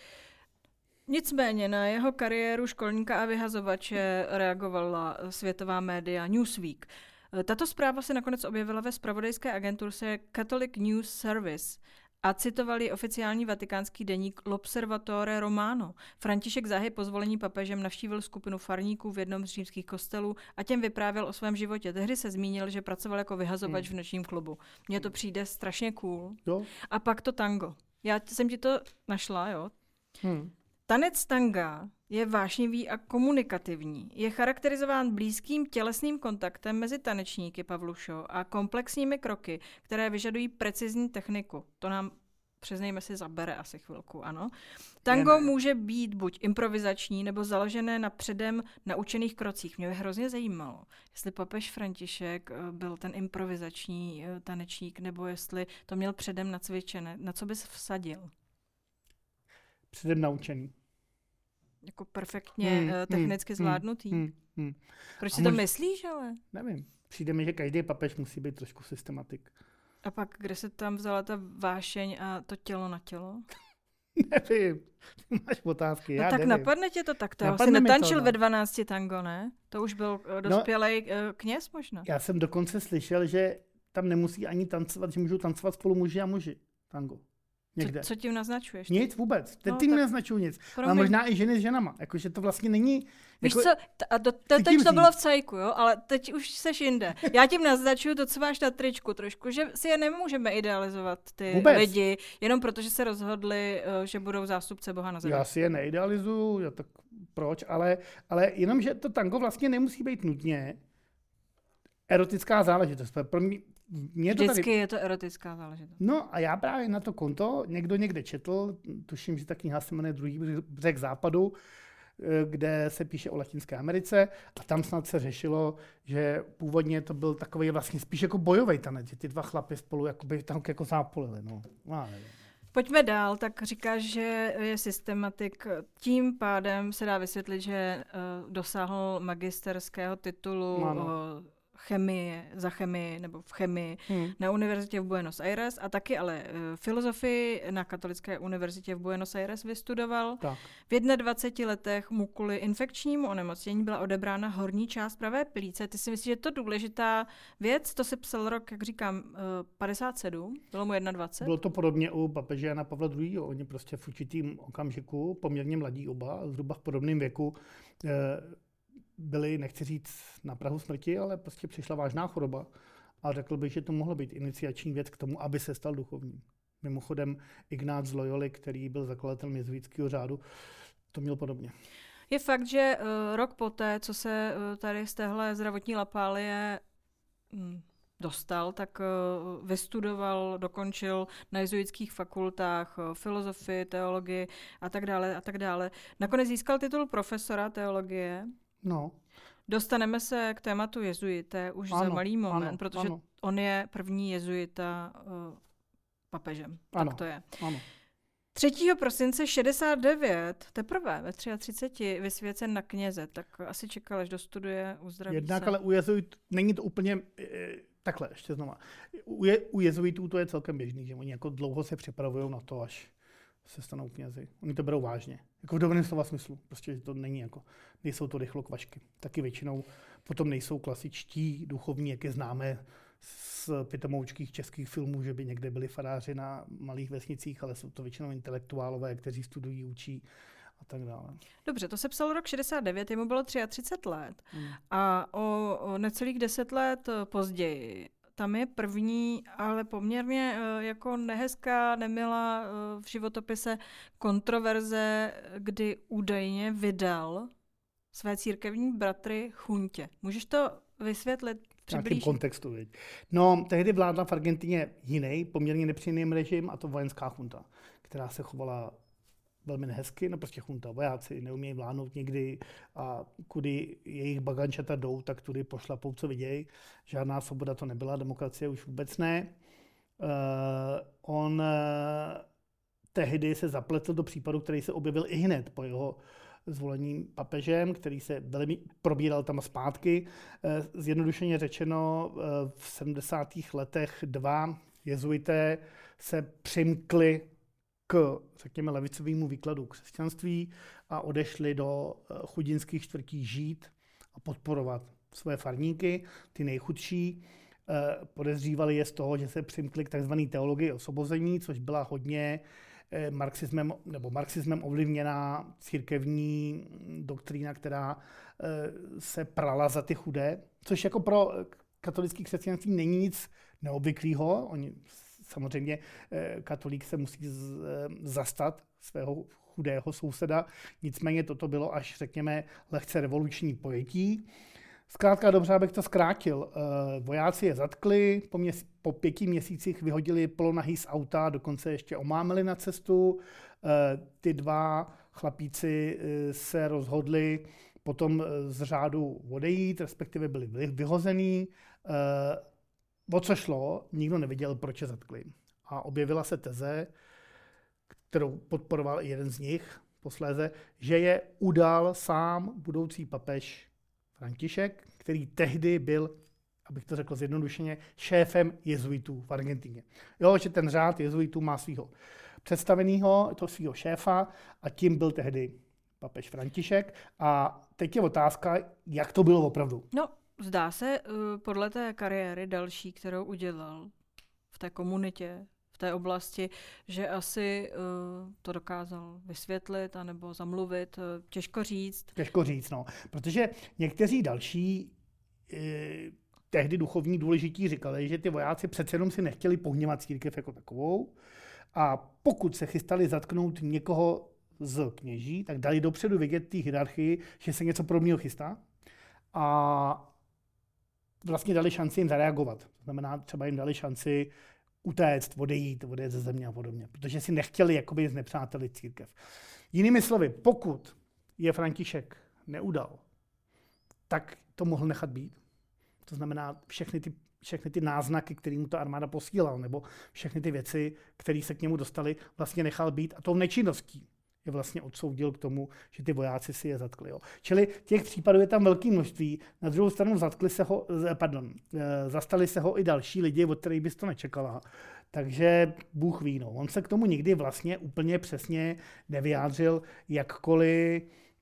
Nicméně na jeho kariéru školníka a vyhazovače reagovala světová média Newsweek. Tato zpráva se nakonec objevila ve zpravodajské agenturce Catholic News Service a citovali oficiální vatikánský deník L'Osservatore Romano. František záhy po zvolení papežem navštívil skupinu farníků v jednom z římských kostelů a těm vyprávěl o svém životě. Tehdy se zmínil, že pracoval jako vyhazovač hmm. v nočním klubu. Mně to přijde strašně cool. Jo. A pak to tango. Já jsem ti to našla, jo. Hmm. Tanec tanga je vášnivý a komunikativní. Je charakterizován blízkým tělesným kontaktem mezi tanečníky, Pavlušo, a komplexními kroky, které vyžadují precizní techniku. To nám, přiznejme si, zabere asi chvilku, ano. Tango ne, ne. může být buď improvizační, nebo založené na předem naučených krocích. Mě by hrozně zajímalo, jestli papež František byl ten improvizační tanečník, nebo jestli to měl předem nacvičené. Na co bys vsadil? Předem naučený. Jako perfektně hmm, uh, technicky hmm, zvládnutý. Hmm, hmm. Proč A si mož... to myslíš, ale? Nevím. Přijde mi, že každý papež musí být trošku systematik. A pak, kde se tam vzala ta vášeň a to tělo na tělo? Nevím. Ty máš otázky, No já tak nevím. napadne tě to tak. To Napadne si mi netančil to, no. ve dvanácti tango, ne? To už byl uh, dospělej uh, kněz možná. Já jsem dokonce slyšel, že tam nemusí ani tancovat, že můžou tancovat spolu muži a muži. Tango. Někde. Co, co tím naznačuješ? Nic vůbec. Ten No, tým tak- neznačují nic. Promiň. Ale možná i ženy s ženama. Jakože to vlastně není... Víš jako, co, t- a do, to, teď tím to bylo říct. v cajku, jo, ale teď už seš jinde. Já tím naznačuju to, co máš na tričku trošku, že si je nemůžeme idealizovat ty Vůbec. lidi, jenom protože se rozhodli, uh, že budou zástupce Boha na zemi. Já si je neidealizuju, já tak proč, ale, ale jenom, že to tango vlastně nemusí být nutně erotická záležitost. Pro mě, mě to Vždycky tady... je to erotická záležitost. No a já právě na to konto někdo někde četl, tuším, že ta kniha se jmenuje Druhý břeh západu, kde se píše o Latinské Americe a tam snad se řešilo, že původně to byl takový vlastně spíš jako bojový tanec, že ty dva chlapy spolu jakoby tam jako zápolili. No. No, nevím. Pojďme dál, tak říkáš, že je systematik. Tím pádem se dá vysvětlit, že uh, dosáhl magisterského titulu Ano. uh, chemie, za chemii nebo v chemii Hmm. na univerzitě v Buenos Aires a taky ale uh, filozofii na Katolické univerzitě v Buenos Aires vystudoval. Tak. V jednadvaceti letech mu kvůli infekčnímu onemocnění byla odebrána horní část pravé plíce. Ty si myslíš, že je to důležitá věc? To si psal rok, jak říkám, uh, padesát sedm, bylo mu dvacet jedna. Bylo to podobně u papeže Jana Pavla druhého. Oni prostě v určitým okamžiku, poměrně mladí oba, zhruba v podobném věku, eh, byli, nechci říct na prahu smrti, ale prostě přišla vážná choroba. A řekl bych, že to mohlo být iniciační věc k tomu, aby se stal duchovním. Mimochodem Ignác z Loyoli, který byl zakladatelem jezuitského řádu, to měl podobně. Je fakt, že uh, rok poté, co se uh, tady z téhle zdravotní lapálie hm, dostal, tak uh, vystudoval, dokončil na jezuitských fakultách uh, filozofii, teologii a tak dále a tak dále. Nakonec získal titul profesora teologie. No, Dostaneme se k tématu jezuité už Ano, za malý moment, ano, protože ano. on je první jezuita uh, papežem. Ano. Tak to je. ano. třetího prosince šedesát devět, teprve ve třiceti třech vysvěcen na kněze, tak asi čekal, až dostuduje, uzdraví Jednak, se. ale u jezuitů není to úplně e, takhle, ještě znova. U, je, u jezuitů to je celkem běžný, že oni jako dlouho se připravují na to, až se stanou knězi. Oni to berou vážně. Jako v dobrém slova smyslu. Prostě to není jako, nejsou to rychlokvašky. Taky většinou potom nejsou klasičtí duchovní, jak je známe z pitomoučkých českých filmů, že by někde byli faráři na malých vesnicích, ale jsou to většinou intelektuálové, kteří studují, učí a tak dále. Dobře, to se psal rok šedesát devět, jemu bylo třicet tři let. Hmm. A o, o necelých deset let později tam je první, ale poměrně uh, jako nehezká, nemilá uh, v životopise kontroverze, kdy údajně vydal své církevní bratry chuntě. Můžeš to vysvětlit? V nějakém Přiblížit? kontextu. Viď. No, tehdy vládla v Argentině jiný, poměrně nepříjemný režim, a to vojenská chunta, která se chovala velmi nehezky, no prostě chunta, vojáci neumějí vládnout nikdy a kudy jejich bagančata jdou, tak tudy pošlapou, co vidějí. Žádná svoboda to nebyla, demokracie už vůbec ne. Uh, on uh, tehdy se zapletl do případu, který se objevil i hned po jeho zvolením papežem, který se velmi probíral tam zpátky. Zjednodušeně řečeno, v sedmdesátých letech dva jezuité se přimkli k, řekněme, levicovému výkladu křesťanství a odešli do chudinských čtvrtí žít a podporovat své farníky, ty nejchudší. Podezřívali je z toho, že se přimkli k tzv. Teologii osvobození, což byla hodně marxismem, nebo marxismem ovlivněná církevní doktrína, která se prala za ty chudé, což jako pro katolický křesťanství není nic neobvyklého. Oni samozřejmě katolík se musí zastat svého chudého souseda, nicméně toto bylo až, řekněme, lehce revoluční pojetí. Zkrátka dobře, abych to zkrátil. Vojáci je zatkli, po, měs- po pěti měsících vyhodili polonahý z auta, dokonce ještě omámili na cestu. Ty dva chlapíci se rozhodli potom z řádu odejít, respektive byli vyhozený. O co šlo, nikdo nevěděl, proč je zatkli. A objevila se teze, kterou podporoval i jeden z nich posléze, že je udal sám budoucí papež František, který tehdy byl, abych to řekl zjednodušeně, šéfem jezuitů v Argentině. Jo, že ten řád jezuitů má svého představeného, to svého šéfa, a tím byl tehdy papež František. A teď je otázka, jak to bylo opravdu. No, zdá se, podle té kariéry další, kterou udělal v té komunitě, v té oblasti, že asi uh, to dokázal vysvětlit anebo zamluvit. Uh, těžko říct. Těžko říct, no. Protože někteří další uh, tehdy duchovní důležití říkali, že ty vojáci přece jenom si nechtěli pohněvat církev jako takovou a pokud se chystali zatknout někoho z kněží, tak dali dopředu vidět té hierarchii, že se něco podobného chystá a vlastně dali šanci jim zareagovat. To znamená, třeba jim dali šanci utéct, odejít, odejít ze země a podobně, protože si nechtěli jakoby znepřátelit církev. Jinými slovy, pokud je František neudal, tak to mohl nechat být. To znamená všechny ty, všechny ty náznaky, které mu ta armáda posílala, nebo všechny ty věci, které se k němu dostaly, vlastně nechal být a tou nečinností je vlastně odsoudil k tomu, že ty vojáci si je zatkli. Jo. Čili těch případů je tam velké množství. Na druhou stranu zatkli se ho, pardon, zastali se ho i další lidi, od kterých bys to nečekala. Takže Bůh ví. No. On se k tomu nikdy vlastně úplně přesně nevyjádřil, jakkoliv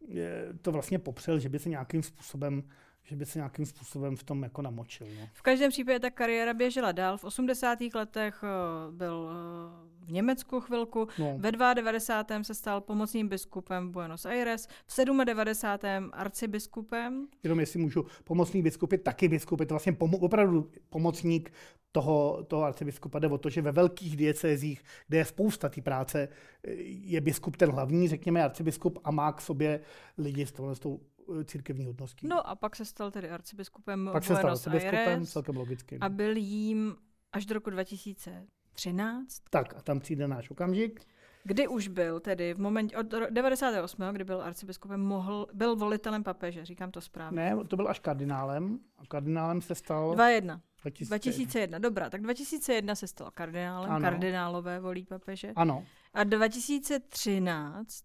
to vlastně popřel, že by se nějakým způsobem že by se nějakým způsobem v tom jako namočil. No. V každém případě ta kariéra běžela dál. V osmdesátých letech byl v Německu chvilku, no. Ve devadesátém druhém se stal pomocným biskupem Buenos Aires, v devadesátém sedmém arcibiskupem. Jenom jestli můžu, pomocný biskup je taky biskup, je to vlastně pomo- opravdu pomocník toho, toho arcibiskupa. Jde o to, že ve velkých diecézích, kde je spousta té práce, je biskup ten hlavní, řekněme arcibiskup, a má k sobě lidi s tou, s tou církevní hodností. No a pak se stal tedy arcibiskupem pak Buenos se stal arcibiskupem, Aires celkem logicky. A byl jím až do roku dva tisíce třináct. Tak a tam přijde náš okamžik. Kdy už byl tedy v momentě od devadesátého osmého kdy byl arcibiskupem, mohl, byl volitelem papeže, říkám to správně. Ne, to byl až kardinálem. A kardinálem se stal... dva jedna. dva tisíce jedna. dva tisíce jedna, dobrá, tak dva tisíce jedna se stal kardinálem, ano. Kardinálové volí papeže. Ano. A dva tisíce třináct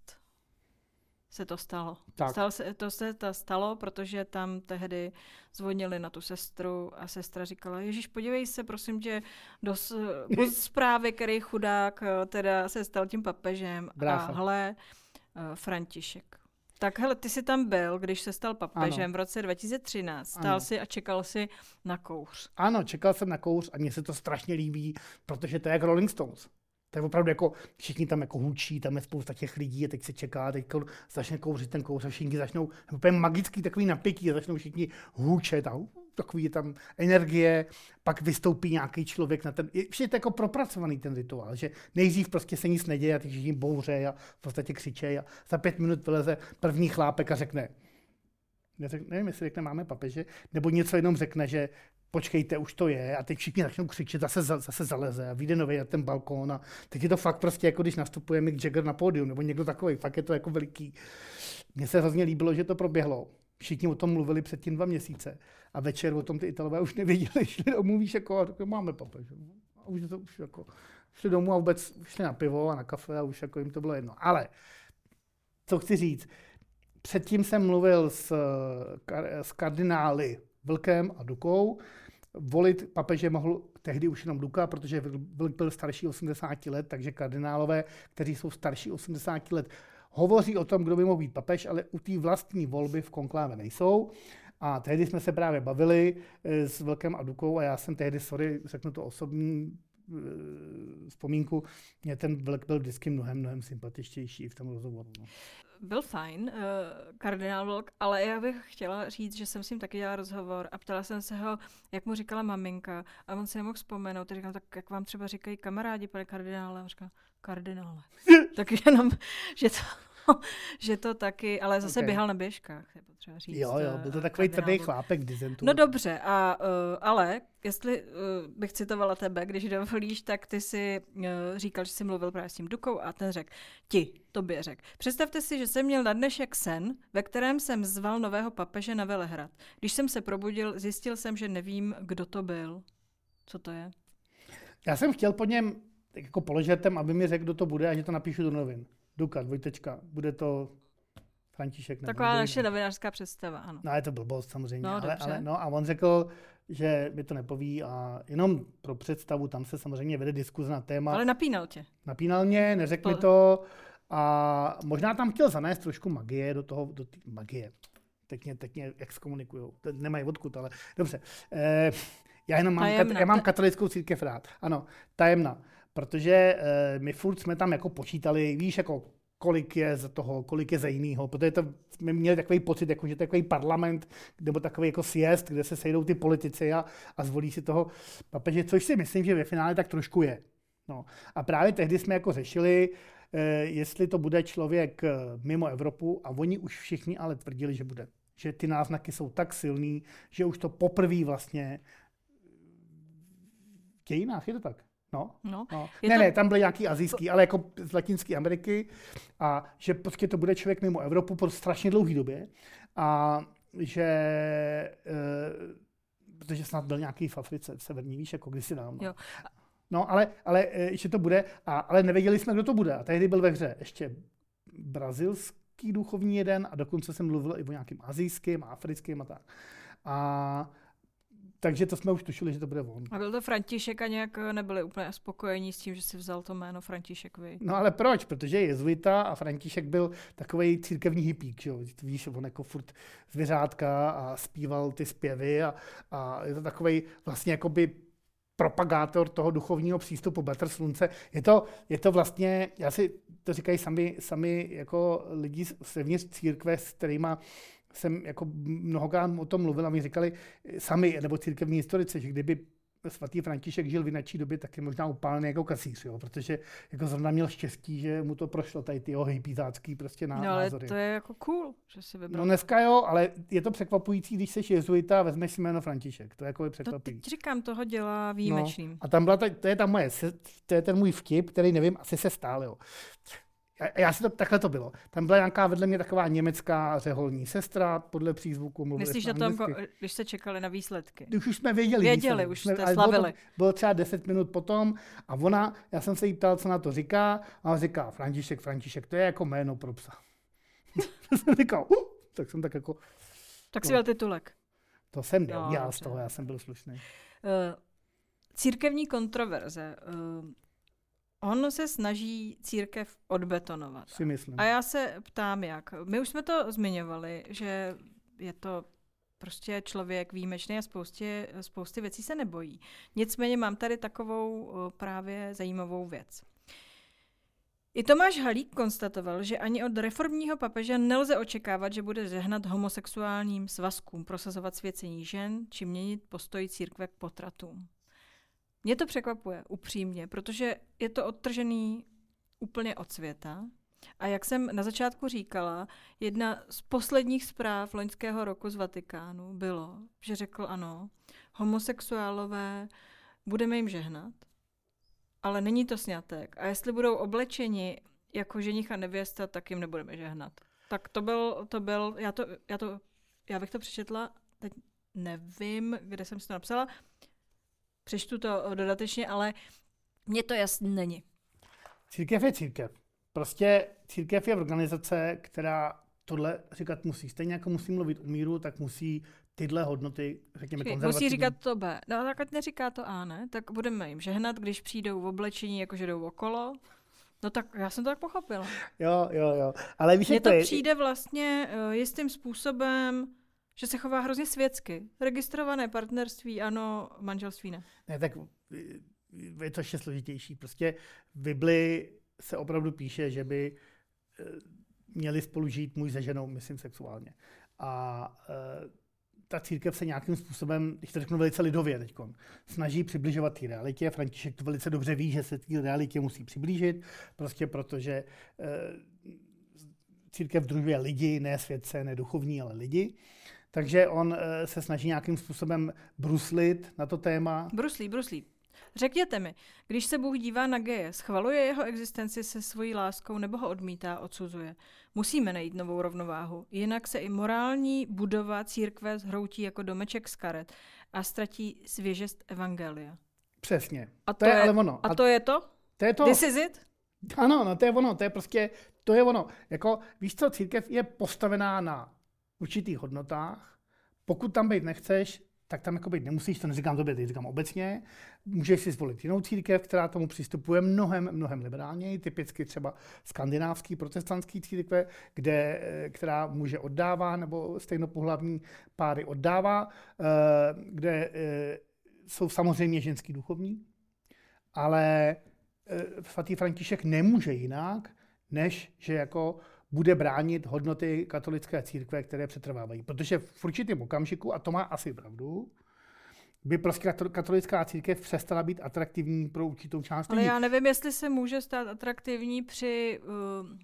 se to stalo. Tak. Stalo se, to se to stalo, protože tam tehdy zvonili na tu sestru a sestra říkala, Ježíš, podívej se, prosím tě, do zprávy, který chudák teda se stal tím papežem. Brácha. A hle, František. Tak hele, ty jsi tam byl, když se stal papežem ano. v roce dva tisíce třináct. Stál ano. si a čekal si na kouř. Ano, čekal jsem na kouř a mně se to strašně líbí, protože to je jak Rolling Stones. To je opravdu jako, všichni tam jako hučí, tam je spousta těch lidí a teď se čeká, teď začne kouřit ten kouř a všichni začnou, úplně magický takový napětí a začnou všichni hůčet a takový je tam energie, pak vystoupí nějaký člověk na ten, je to jako propracovaný ten rituál, že nejdřív prostě se nic neděje a ty všichni bouře a v podstatě křičejí a za pět minut vyleze první chlápek a řekne, nevím, jestli řekne máme papeže, nebo něco jenom řekne, že počkejte, už to je, a teď všichni začnou křičet, zase, zase zaleze a vyjde nový na ten balkón a teď je to fakt prostě jako když nastupuje Mick Jagger na pódium, nebo někdo takový, fakt je to jako veliký. Mně se hrozně líbilo, že to proběhlo. Všichni o tom mluvili předtím dva měsíce a večer o tom ty Italové už nevěděli, šli domů, víš, jako, a tak máme papeže. A už to už jako, šli domů a vůbec šli na pivo a na kafe a už jako jim to bylo jedno. Ale, co chci říct, předtím jsem mluvil s, s kardinály Vlkem a Dukou. Volit papeže mohl tehdy už jenom Duka, protože Vlk byl starší osmdesát let, takže kardinálové, kteří jsou starší osmdesát let, hovoří o tom, kdo by mohl být papež, ale u té vlastní volby v konkláve nejsou. A tehdy jsme se právě bavili s Vlkem a Dukou a já jsem tehdy, sorry, řeknu to osobní vzpomínku, mě ten Vlk byl vždycky mnohem, mnohem sympatičtější v tom rozhovoru. No. byl fajn, uh, kardinál Vlk, ale já bych chtěla říct, že jsem s ním taky dělala rozhovor a ptala jsem se ho, jak mu říkala maminka a on se nemohl vzpomenout. Tak říkám, tak jak vám třeba říkají kamarádi, pane kardinále? A on říká, kardinále. Tak jenom, že to... že to taky, ale zase okay. běhal na běžkách, je potřeba říct. Jo, jo, byl to takový tvrdý chlápek dizentu. No dobře, a, uh, ale jestli uh, bych citovala tebe, když dovolíš, tak ty si uh, říkal, že jsi mluvil právě s tím Dukou a ten řekl, ti, tobě řekl. Představte si, že jsem měl na dnešek sen, ve kterém jsem zval nového papeže na Velehrad. Když jsem se probudil, zjistil jsem, že nevím, kdo to byl. Co to je? Já jsem chtěl po něm jako položetem, aby mi řekl, kdo to bude a že to napíšu do novin. Duka, dvojtečka, bude to František. Taková nebo naše novinářská představa, ano. No, je to blbost samozřejmě, no, ale, ale no a on řekl, že mi to nepoví a jenom pro představu, tam se samozřejmě vede diskuze na téma. Ale napínal tě. Napínal mě, neřekl to... mi to a možná tam chtěl zanést trošku magie do toho, do té magie. Teď mě, teď mě exkomunikujou, nemají odkud, ale dobře. Eh, já jenom mám, kat, já mám katolickou církev rád, ano, tajemná. Protože e, my furt jsme tam jako počítali, víš, jako kolik je za toho, kolik je za jinýho, protože to, jsme měli takový pocit, jako, že to je takový parlament, nebo takový jako sjezd, kde se sejdou ty politici a, a zvolí si toho papeže, což si myslím, že ve finále tak trošku je. No. A právě tehdy jsme jako řešili, e, jestli to bude člověk mimo Evropu a oni už všichni ale tvrdili, že bude. Že ty náznaky jsou tak silný, že už to poprvé vlastně v dějinách, je to tak? No, no. no. Ne, to... ne, tam byly nějaký asijský, ale jako z Latinské Ameriky a že prostě to bude člověk mimo Evropu po strašně dlouhé době a že, e, protože snad byl nějaký v Africe, v severní, víš, jako kdysi dávno. Jo. No, ale, ale že to bude, a, ale nevěděli jsme, kdo to bude a tehdy byl ve hře ještě brazilský duchovní jeden a dokonce jsem mluvil i o nějakým asijským, africkým a tak. A takže to jsme už tušili, že to bude on. A byl to František a nějak nebyli úplně spokojení s tím, že si vzal to jméno František, vy? No ale proč? Protože je jezuita a František byl takovej církevní hippík, že jo? Víš, on jako furt zvěřátka a zpíval ty zpěvy a, a je to takovej vlastně jakoby propagátor toho duchovního přístupu Bratr slunce. Je to, je to vlastně, já si to říkají sami, sami jako lidi zevnitř církve, s kterýma jsem jako mnohokrát o tom mluvil a mi říkali sami, nebo církevní historici, že kdyby svatý František žil v jináčí době, tak je možná upálený jako kasíř, jo? Protože jako zrovna měl štěstí, že mu to prošlo, tady ty jeho hippizácký prostě názory. No ale to je jako cool, že si vybral. No dneska jo, ale je to překvapující, když jsi jezuita a vezmeš si jméno František. To je jako překvapující. To teď říkám, toho dělá výjimečným. No, a tam byla ta, to je ta moje, to je ten můj vtip, který nevím, asi se stál, jo. Já, já si to, takhle to bylo. Tam byla nějaká vedle mě taková německá řeholní sestra, podle přízvuku mluvili Myslíš, že tam, když jste čekali na výsledky? Když už jsme věděli. Věděli, výsledky. už jste jsme, slavili. Bylo, to, bylo třeba deset minut potom a ona, já jsem se jí ptal, co na to říká, a ona říká, František, František, to je jako jméno pro psa. jsem říkal, uh, tak jsem tak jako... Tak si byl titulek. To jsem dělal, no, já z toho, já jsem byl slušný. Uh, církevní kontroverze. Uh, On se snaží církev odbetonovat. Si myslím. A já se ptám, jak. My už jsme to zmiňovali, že je to prostě člověk výjimečný a spoustě, spousty věcí se nebojí. Nicméně mám tady takovou právě zajímavou věc. I Tomáš Halík konstatoval, že ani od reformního papeže nelze očekávat, že bude žehnat homosexuálním svazkům, prosazovat svěcení žen či měnit postoj církve k potratům. Mě to překvapuje, upřímně, protože je to odtržený úplně od světa. A jak jsem na začátku říkala, jedna z posledních zpráv loňského roku z Vatikánu bylo, že řekl ano, homosexuálové, budeme jim žehnat, ale není to sňatek. A jestli budou oblečeni jako ženich a nevěsta, tak jim nebudeme žehnat. Tak to byl, to byl, já, to, já, to, já bych to přečetla, teď nevím, kde jsem si to napsala, přečtu to dodatečně, ale mně to jasný není. Církev je církev. Prostě církev je organizace, která tohle říkat musí. Stejně jako musí mluvit o míru, tak musí tyhle hodnoty, řekněme, konzervativní. Musí říkat to B. No tak ať neříká to A, ne? Tak budeme jim žehnat, když přijdou v oblečení, jakože jdou okolo. No tak já jsem to tak pochopila. Jo, jo, jo. Ale víš, mně to je... přijde vlastně uh, jistým způsobem, že se chová hrozně světsky. Registrované partnerství, ano, manželství ne. Ne, tak je to ještě složitější. Prostě v Bibli se opravdu píše, že by měli spolu žít muž se ženou, myslím sexuálně. A e, ta církev se nějakým způsobem, když to řeknu velice lidově teďkon, snaží přibližovat té realitě. František to velice dobře ví, že se té realitě musí přiblížit, prostě protože e, církev družuje lidi, ne světce, ne duchovní, ale lidi. Takže on e, se snaží nějakým způsobem bruslit na to téma. Bruslí, bruslí. Řekněte mi, když se Bůh dívá na geje, schvaluje jeho existenci se svojí láskou nebo ho odmítá, odsuzuje? Musíme najít novou rovnováhu, jinak se i morální budova církve zhroutí jako domeček z karet a ztratí svěžest evangelia. Přesně. A to, to je, je ale ono. A to je to? To je to. This is it? Ano, no to je ono, to je prostě, to je ono. Jako, víš co, církev je postavená na určitých hodnotách. Pokud tam být nechceš, tak tam jako být nemusíš, to neříkám tobě, teď říkám obecně. Můžeš si zvolit jinou církev, která tomu přistupuje mnohem, mnohem liberálněji, typicky třeba skandinávský protestantský církve, kde, která muže oddává, nebo stejnopohlavní páry oddává, kde jsou samozřejmě ženský duchovní, ale svatý František nemůže jinak, než že jako bude bránit hodnoty katolické církve, které přetrvávají. Protože v určitém okamžiku, a to má asi pravdu, by prostě katolická církev přestala být atraktivní pro určitou část lidí. Ale já nevím, jestli se může stát atraktivní při uh,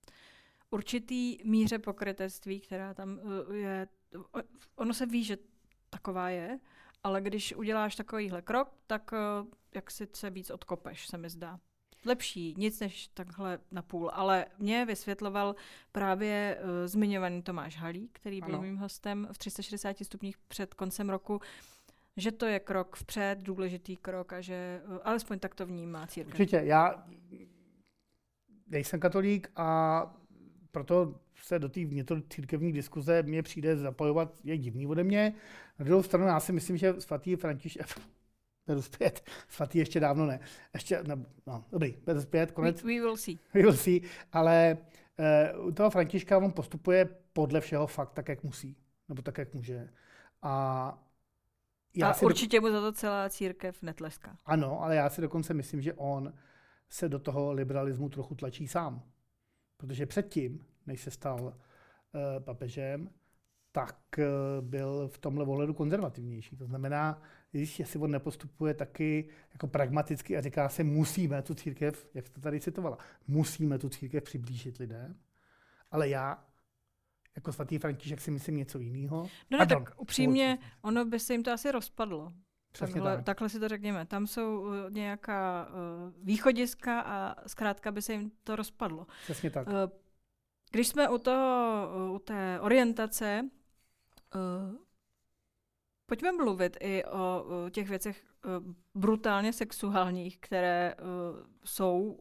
určitý míře pokrytectví, která tam uh, je. Ono se ví, že taková je, ale když uděláš takovýhle krok, tak uh, jak si se víc odkopeš, se mi zdá. Lepší, nic než takhle napůl. Ale mě vysvětloval právě uh, zmiňovaný Tomáš Halík, který byl ano. mým hostem v tři sta šedesáti stupních před koncem roku, že to je krok vpřed, důležitý krok a že uh, alespoň tak to vnímá církev. Určitě, já nejsem katolík a proto se do té vnitrocírkevní diskuze mě přijde zapojovat, je divný ode mě. Na druhou stranu já si myslím, že svatý František beru zpět. Svatý ještě dávno ne. Ještě, no, no dobrý, beru zpět, konec. We, we will see. We will see, ale uh, u toho Františka on postupuje podle všeho fakt tak, jak musí. Nebo tak, jak může. A, já a si určitě do... mu za to celá církev netleská. Ano, ale já si dokonce myslím, že on se do toho liberalismu trochu tlačí sám. Protože předtím, než se stal uh, papežem, tak uh, byl v tomhle ohledu konzervativnější. To znamená, když si on nepostupuje taky jako pragmaticky a říká se, musíme tu církev, jak jste tady citovala, musíme tu církev přiblížit lidem, ale já jako svatý František si myslím něco jiného. No ne, tak upřímně, ono by se jim to asi rozpadlo. Takhle, tak. takhle si to řekněme. Tam jsou uh, nějaká uh, východiska a zkrátka by se jim to rozpadlo. Přesně tak. Uh, když jsme u toho, uh, u té orientace, uh, pojďme mluvit i o uh, těch věcech uh, brutálně sexuálních, které uh, jsou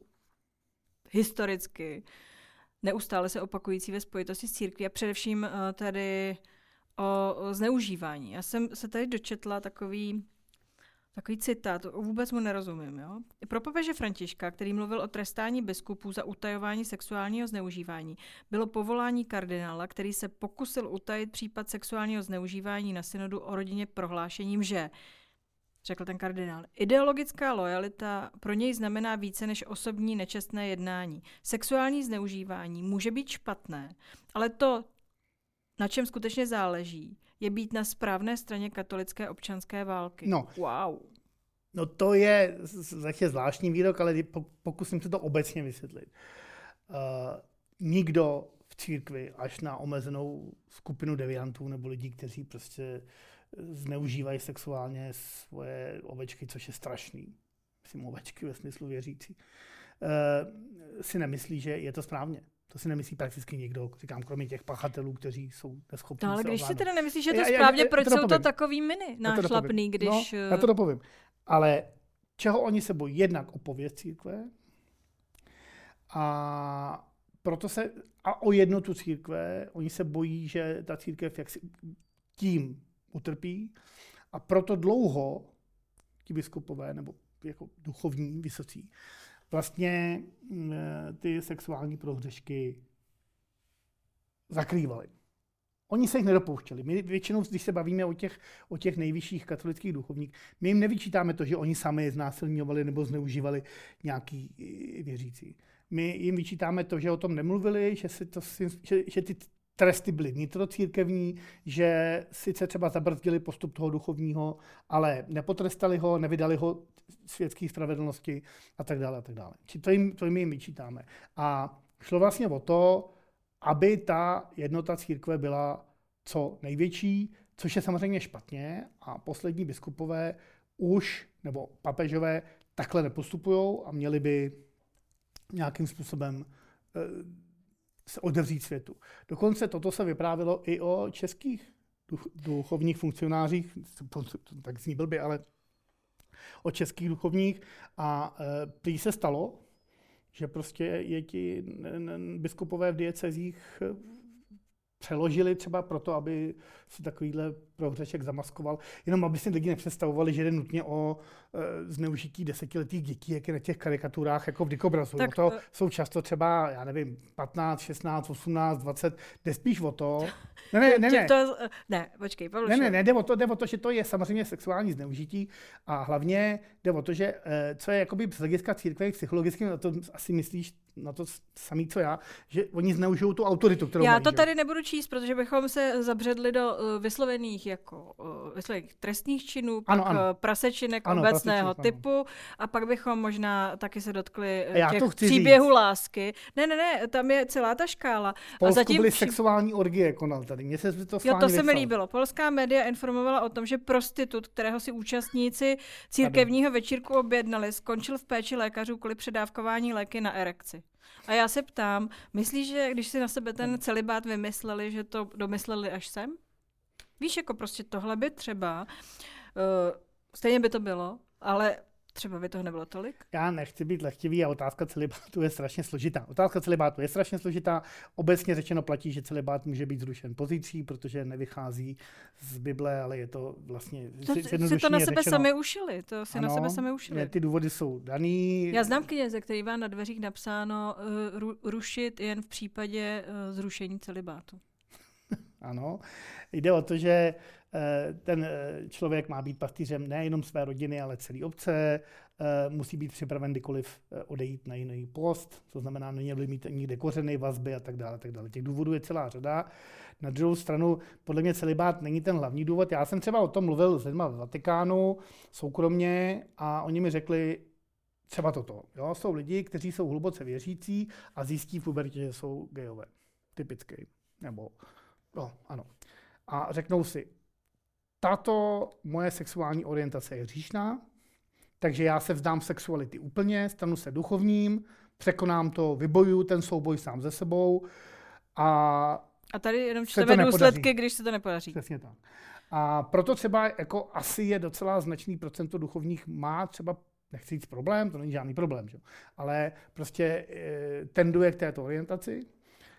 historicky neustále se opakující ve spojitosti s církví a především uh, tady o, o zneužívání. Já jsem se tady dočetla takový, takový citát, vůbec mu nerozumím. Jo? Pro papeže Františka, který mluvil o trestání biskupů za utajování sexuálního zneužívání, bylo povolání kardinála, který se pokusil utajit případ sexuálního zneužívání na synodu o rodině prohlášením, že, řekl ten kardinál, ideologická lojalita pro něj znamená více než osobní nečestné jednání. Sexuální zneužívání může být špatné, ale to, na čem skutečně záleží, je být na správné straně katolické občanské války. No, wow. No to je zase zvláštní výrok, ale pokusím se to obecně vysvětlit. Uh, nikdo v církvi, až na omezenou skupinu deviantů nebo lidí, kteří prostě zneužívají sexuálně svoje ovečky, což je strašný, myslím ovečky ve smyslu věřící, uh, si nemyslí, že je to správně. To si nemyslí prakticky nikdo, říkám, kromě těch pachatelů, kteří jsou neschopní. No, ale se když ovládat. si teda nemyslíš, že je to já, správně, já, proč to jsou dopovím. to takový miny nášlapný, když... No, já to dopovím. Ale čeho oni se bojí? Jednak o pověst církve a proto se, a o jednotu církve, oni se bojí, že ta církev jaksi tím utrpí a proto dlouho ti biskupové nebo jako duchovní vysocí vlastně ty sexuální prohřešky zakrývali. Oni se jich nedopouštěli. My většinou, když se bavíme o těch, o těch nejvyšších katolických duchovních, my jim nevyčítáme to, že oni sami znásilňovali nebo zneužívali nějaký věřící. My jim vyčítáme to, že o tom nemluvili, že, si to, že, že ty tresty byly vnitrocírkevní, že sice třeba zabrzdili postup toho duchovního, ale nepotrestali ho, nevydali ho světské spravedlnosti a tak dále a tak dále. Či to jim, to jim, jim vyčítáme. A šlo vlastně o to, aby ta jednota církve byla co největší, což je samozřejmě špatně a poslední biskupové už, nebo papežové, takhle nepostupují a měli by nějakým způsobem e, se otevřít světu. Dokonce toto se vyprávělo i o českých duch, duchovních funkcionářích, tak zní blbě, ale o českých duchovních a e, prý se stalo, že prostě je ti biskupové v diecezích přeložili třeba proto, aby si takovýhle prohřešek zamaskoval, jenom aby si lidi nepředstavovali, že jde nutně o e, zneužití desetiletých dětí, jak je na těch karikaturách jako v dikobrazu. Tak, to uh, jsou často třeba, já nevím, patnáct, šestnáct, osmnáct, dvacet, jde spíš o to. Ne, ne, ne, ne. To, ne počkej, Pavluš. Ne, ne, ne, jde o, to, jde o to, že to je samozřejmě sexuální zneužití a hlavně jde o to, že e, co je jakoby z hlediska církve psychologicky, na to asi myslíš na to samý, co já, že oni zneužijou tu autoritu, kterou Já mají, to že? tady nebudu číst, protože bychom se zabředli do uh, vyslovených jako uh, vyslovených trestných činů, pak ano, ano. prasečinek ano, obecného prasečinek, typu ano. A pak bychom možná taky se dotkli uh, těch příběhů říct. lásky. Ne, ne, ne, tam je celá ta škála. V Polsku a zatím byly sexuální orgie konal tady. Mně se to Jo, to se mi líbilo. Polská média informovala o tom, že prostitut, kterého si účastníci církevního večírku objednali, skončil v péči lékařů kvůli předávkování léky na erekci. A já se ptám, myslíš, že když si na sebe ten celibát vymysleli, že to domysleli až sem? Víš, jako prostě tohle by třeba, uh, stejně by to bylo, ale třeba by toho nebylo tolik? Já nechci být lehtivý a otázka celibátu je strašně složitá. Otázka celibátu je strašně složitá. Obecně řečeno platí, že celibát může být zrušen pozicí, protože nevychází z Bible, ale je to vlastně to si to na sebe řečeno, sami ušili. To si ano, na sebe sami ušili. Ne, ty důvody jsou daný. Já znám kněze, který má na dveřích napsáno uh, ru, rušit jen v případě uh, zrušení celibátu. Ano. Jde o to, že ten člověk má být pastýřem nejenom své rodiny, ale celé obce, musí být připraven kdykoliv odejít na jiný post, to znamená, neměl mít nikde kořeny, vazby a tak dále, a tak dále. Těch důvodů je celá řada. Na druhou stranu, podle mě celibát není ten hlavní důvod. Já jsem třeba o tom mluvil s lidmi v Vatikánu soukromně a oni mi řekli třeba toto. Jo? Jsou lidi, kteří jsou hluboce věřící a zjistí v pubertě, že jsou gejové. Typicky. Nebo, no, ano. A řeknou si, tato moje sexuální orientace je hříšná, takže já se vzdám sexuality úplně, stanu se duchovním, překonám to, vybojuju ten souboj sám ze sebou a A tady jenom čteme důsledky, když se to nepodaří. Přesně tak. A proto třeba jako asi je docela značný procento duchovních má třeba, nechci říct problém, to není žádný problém, že? Ale prostě e, tenduje k této orientaci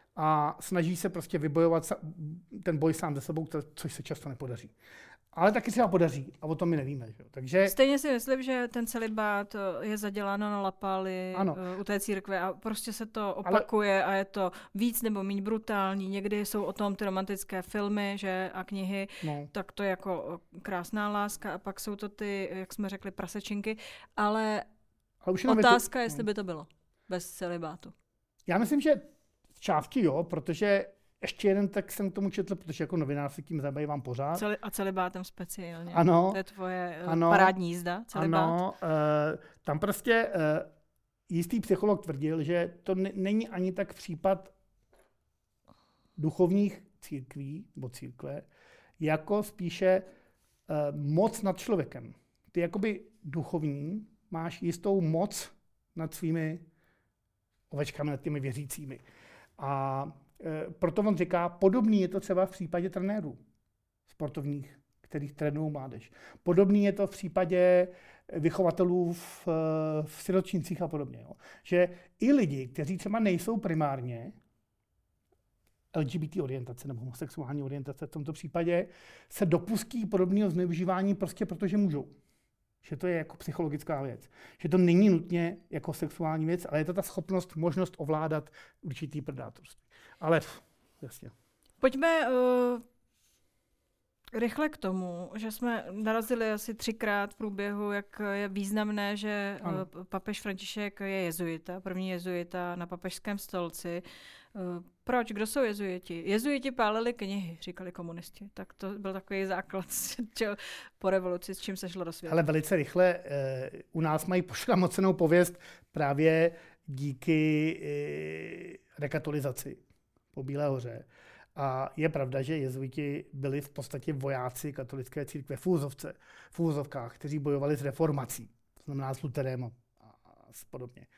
a snaží se prostě vybojovat ten boj sám ze sebou, což se často nepodaří. Ale taky se ho podaří a o tom my nevíme. Že? Takže... Stejně si myslím, že ten celibát je zaděláno na lapály u té církve a prostě se to opakuje Ale... a je to víc nebo méně brutální. Někdy jsou o tom ty romantické filmy, že, a knihy, no. Tak to je jako krásná láska a pak jsou to ty, jak jsme řekli, prasečinky. Ale, Ale už otázka, to... jestli by to bylo bez celibátu. Já myslím, že z části jo, protože ještě jeden text jsem k tomu četl, protože jako novinář se tím zabývám pořád. Celi, a celibátem speciálně. Ano. To je tvoje ano, parádní jízda, celibát. Ano, uh, tam prostě uh, jistý psycholog tvrdil, že to n- není ani tak případ duchovních církví, nebo církve, jako spíše uh, moc nad člověkem. Ty jakoby duchovní máš jistou moc nad svými ovečkami, nad těmi věřícími. A e, proto on říká, podobný je to třeba v případě trenérů sportovních, kterých trénují mládež. Podobný je to v případě vychovatelů v, v sirotčincích a podobně. Jo. Že i lidi, kteří třeba nejsou primárně L G B T orientace nebo homosexuální orientace v tomto případě, se dopustí podobného zneužívání prostě protože můžou. Že to je jako psychologická věc. Že to není nutně jako sexuální věc, ale je to ta schopnost, možnost ovládat určitý predátorství. Ale jasně. Pojďme uh, Rychle k tomu, že jsme narazili asi třikrát v průběhu, jak je významné, že ano. papež František je jezuita, první jezuita na papežském stolci. Proč? Kdo jsou jezuiti? Jezuiti pálili knihy, říkali komunisti. Tak to byl takový základ po revoluci, s čím se šlo do světa. Ale velice rychle eh, u nás mají pošramocenou pověst právě díky eh, rekatolizaci po Bílé hoře. A je pravda, že jezuiti byli v podstatě vojáci katolické církve v úzovce, v úzovkách, kteří bojovali s reformací, to znamená s Luterem a, a podobně.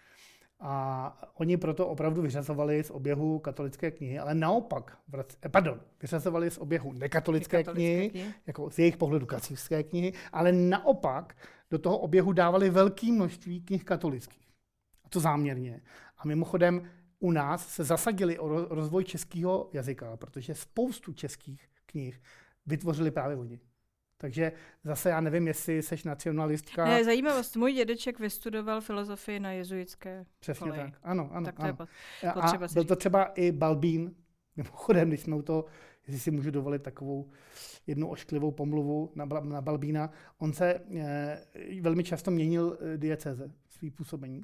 A oni proto opravdu vyřazovali z oběhu katolické knihy, ale naopak, pardon, vyřazovali z oběhu nekatolické, nekatolické knihy, knihy, jako z jejich pohledu kacířské knihy, ale naopak do toho oběhu dávali velké množství knih katolických. A to záměrně. A mimochodem u nás se zasadili o rozvoj českého jazyka, protože spoustu českých knih vytvořili právě oni. Takže zase já nevím, jestli seš nacionalistka. Ne, zajímavost. Můj dědeček vystudoval filozofii na jezuitské Přesně koleji. tak. Ano, ano. Tak to ano. je potřeba a byl to třeba i Balbín, mimochodem, když jsme u toho, jestli si můžu dovolit takovou jednu ošklivou pomluvu na, na Balbína, on se eh, velmi často měnil diecéze, svý působení.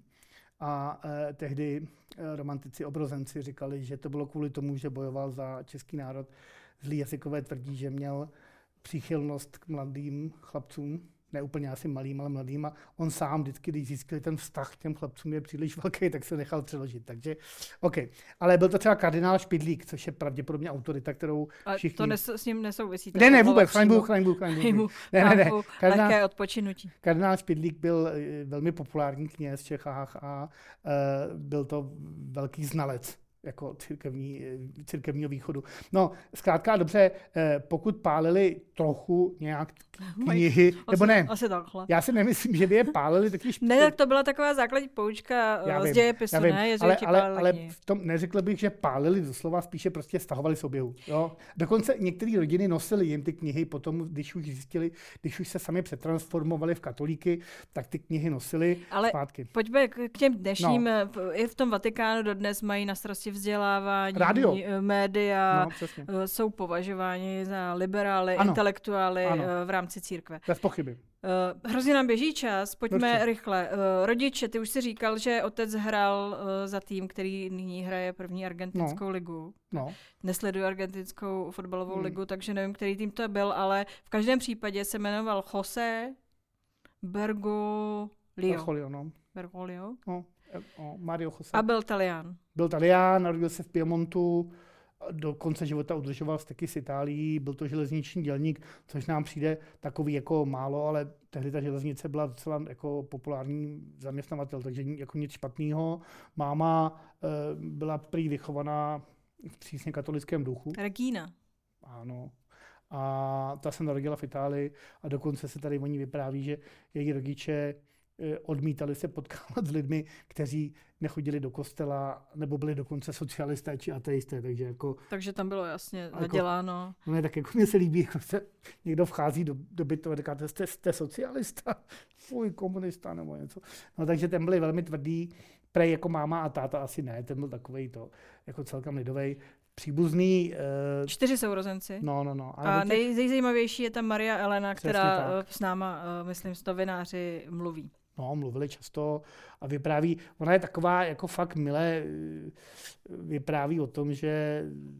A eh, tehdy eh, romantici, obrozenci říkali, že to bylo kvůli tomu, že bojoval za český národ. Zlý jazykové tvrdí, že měl příchylnost k mladým chlapcům, ne úplně asi malým, ale mladým. A on sám vždycky, když získal ten vztah k těm chlapcům je příliš velký, tak se nechal přeložit. Takže, OK. Ale byl to třeba kardinál Špidlík, což je pravděpodobně autorita, kterou všichni... A to nes, s ním nesouvisí. Ne, ne, vůbec, chraň Bůh, chraň Bůh, chraň Bůh. Ne, ne, ne. Kardinál, lehké odpočinutí. Kardinál Špidlík byl velmi populární kněz v Čechách a uh, byl to velký znalec jako církevní, církevního východu. No, zkrátka dobře, pokud pálili trochu nějak knihy, asi, nebo ne, asi takhle. Já si nemyslím, že by je pálili taky špatně. Ne, tak to byla taková základní poučka z dějepisu, ne? Jezuiti ale, ale, ale v tom neřekl bych, že pálili doslova, spíše prostě stahovali z oběhu. Jo? Dokonce některé rodiny nosily jim ty knihy potom, když už zjistili, když už se sami přetransformovali v katolíky, tak ty knihy nosili ale zpátky. Pojďme k těm dnešním, no. I v tom Vatikánu dodnes mají na starosti vzdělávání, rádio, média, no, jsou považováni za liberály, ano. intelektuály ano. v rámci církve. Bez pochyby. Uh, hrozně nám běží čas, pojďme Určitě. rychle. Uh, rodiče, ty už si říkal, že otec hrál uh, za tým, který nyní hraje první argentinskou no. ligu. No. Nesleduju argentinskou fotbalovou hmm. ligu, takže nevím, který tým to byl, ale v každém případě se jmenoval José Bergoglio. Bergoglio, no. Bergoglio? No. O, Mario José. A byl Talián. Byl Talián, narodil se v Piemontu, do konce života udržoval styky s Itálií, byl to železniční dělník, což nám přijde takový jako málo, ale tehdy ta železnice byla docela jako populární zaměstnavatel, takže jako nic špatného. Máma e, byla prý vychovaná v přísně katolickém duchu. Regina. Ano. A ta se narodila v Itálii a dokonce se tady o ní vypráví, že její rodiče odmítali se potkávat s lidmi, kteří nechodili do kostela, nebo byli dokonce socialisté či ateisté, takže jako... Takže tam bylo jasně zaděláno. Jako, ne, tak jako mně se líbí, jako se někdo vchází do, do bytu a říkáte, jste, jste socialista, fuj, komunista nebo něco. No takže ten byli velmi tvrdý, prej jako máma a táta asi ne, ten byl takovej to, jako celkem lidovej, příbuzný. Uh, Čtyři sourozenci. No, no, no. A nej, nejzajímavější je tam Maria Elena, která tak. s náma, uh, myslím, s novináři mluví. No, mluvili často a vypráví, ona je taková jako fakt milé, vypráví o tom, že...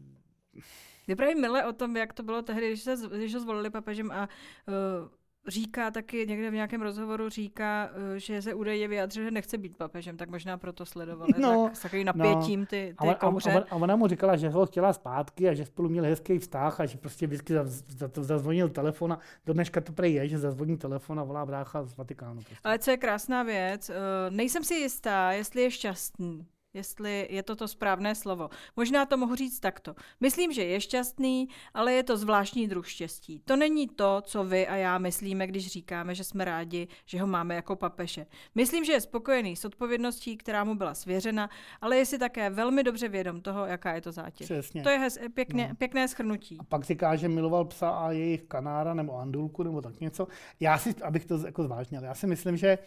Vypráví milé o tom, jak to bylo tehdy, když, se, když ho zvolili papežem a uh, říká taky, někde v nějakém rozhovoru říká, uh, že se údajně vyjádřil, že nechce být papežem, tak možná proto sledovali no, tak, s takovým napětím no. ty, ty a, kouře. A, a, a ona mu říkala, že ho chtěla zpátky a že spolu měli hezký vztah a že prostě vždycky zazvonil telefon a do dneška to prej je, že zazvoní telefon a volá brácha z Vatikánu. Prostě. Ale co je krásná věc, uh, nejsem si jistá, jestli je šťastný. Jestli je to to správné slovo. Možná to mohu říct takto. Myslím, že je šťastný, ale je to zvláštní druh štěstí. To není to, co vy a já myslíme, když říkáme, že jsme rádi, že ho máme jako papeže. Myslím, že je spokojený s odpovědností, která mu byla svěřena, ale je si také velmi dobře vědom toho, jaká je to zátěž. Přesně. To je hez, pěkně, no. pěkné shrnutí. A pak říká, že miloval psa a jejich kanára nebo andulku nebo tak něco. Já si, abych to jako zvážnil, já si myslím, že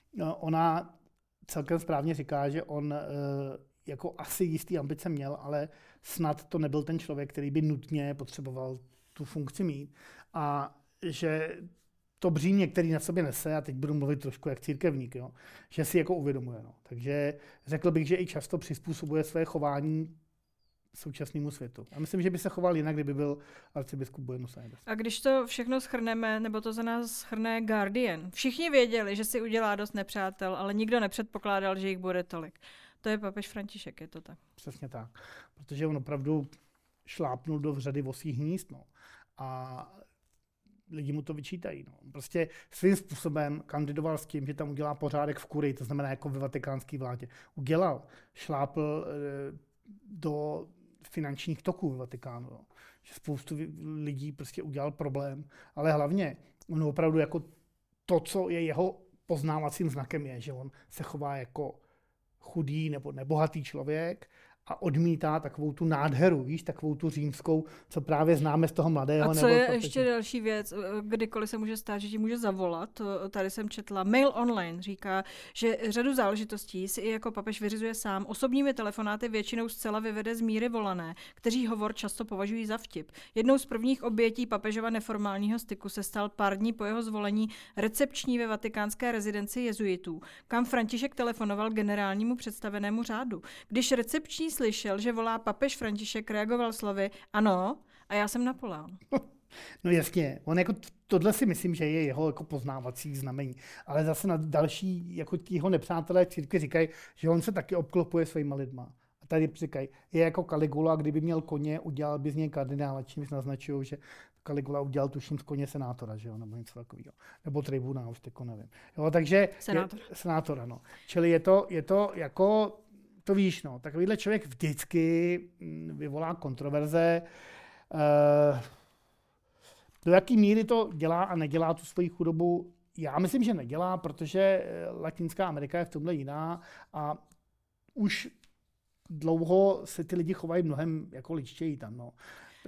ona celkem správně říká, že on e, jako asi jistý ambice měl, ale snad to nebyl ten člověk, který by nutně potřeboval tu funkci mít. a že to břímě, který na sobě nese, a teď budu mluvit trošku jak církevník, jo, že si jako uvědomuje. No. Takže řekl bych, že i často přizpůsobuje své chování současnému světu. A myslím, že by se choval jinak, kdyby byl arcibiskup Buenos Aires. A když to všechno shrneme, nebo to za nás shrne Guardian, všichni věděli, že si udělá dost nepřátel, ale nikdo nepředpokládal, že jich bude tolik. To je papež František, je to tak. Přesně tak. Protože on opravdu šlápnul do řady vosích hnízd. No. A lidi mu to vyčítají. No. Prostě svým způsobem kandidoval s tím, že tam udělá pořádek v kurii, to znamená jako ve vatikánské vládě. Udělal, šlápl e, do finančních toků v Vatikánu. Jo. Že spoustu lidí prostě udělal problém, ale hlavně on opravdu jako to, co je jeho poznávacím znakem, je, že on se chová jako chudý nebo nebohatý člověk a odmítá takovou tu nádheru, víš, takovou tu římskou, co právě známe z toho mladého. A co nebo je papeže. ještě další věc, kdykoliv se může stát, že ti může zavolat, tady jsem četla, Mail Online říká, že řadu záležitostí si i jako papež vyřizuje sám, osobními telefonáty většinou zcela vyvede z míry volané, kteří hovor často považují za vtip. Jednou z prvních obětí papežova neformálního styku se stal pár dní po jeho zvolení recepční ve vatikánské rezidenci jezuitů, kam František telefonoval generálnímu představenému řádu. Když recepční slyšel, že volá papež František, reagoval slovy ano, a já jsem Napoleon. No jasně, on jako tohle si myslím, že je jeho jako poznávací znamení. Ale zase na další, jako ti jeho nepřátelé církvi říkají, že on se taky obklopuje svýma lidma. A tady říkají, je jako Caligula, kdyby měl koně, udělal by z něj kardinála, čímž naznačují, že Caligula udělal tuším z koně senátora, že jo, nebo něco takového. Nebo tribuna, už tako nevím. Jo, takže Senátor. Je, senátora, no. Čili je to, je to jako to víš, no, takovýhle člověk vždycky vyvolá kontroverze. E, do jaký míry to dělá a nedělá tu svoji chudobu? Já myslím, že nedělá, protože Latinská Amerika je v tomhle jiná a už dlouho se ty lidi chovají mnohem jako ličtěji tam, no.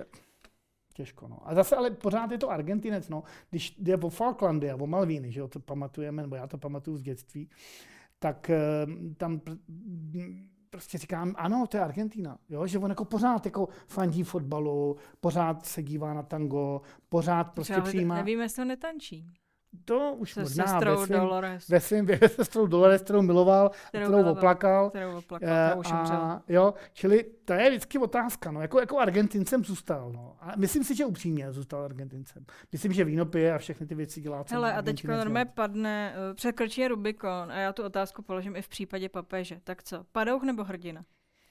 Těžko, no. A zase ale pořád je to Argentinec, no. Když jde o Falklandy a o Malvíny, že jo, to pamatujeme, nebo já to pamatuju z dětství, tak tam prostě říkám, ano, to je Argentina, jo? Že on jako pořád jako fandí fotbalu, pořád se dívá na tango, pořád prostě třeba přijímá. Nevím, jestli to netančí. To už Se možná sestrou ve svým, Dolores. ve svým ve sestrou Dolores, kterou miloval, kterou, kterou miloval, oplakal. Kterou oplakal, Uh, a, jo, čili to je vždycky otázka, no, jako, jako Argentincem zůstal, no. A myslím si, že upřímně zůstal Argentincem. Myslím, že víno pije a všechny ty věci dělá. Hele, a teďka normálně padne, uh, překročí Rubikon a já tu otázku položím i v případě papeže. Tak co, padouch nebo hrdina?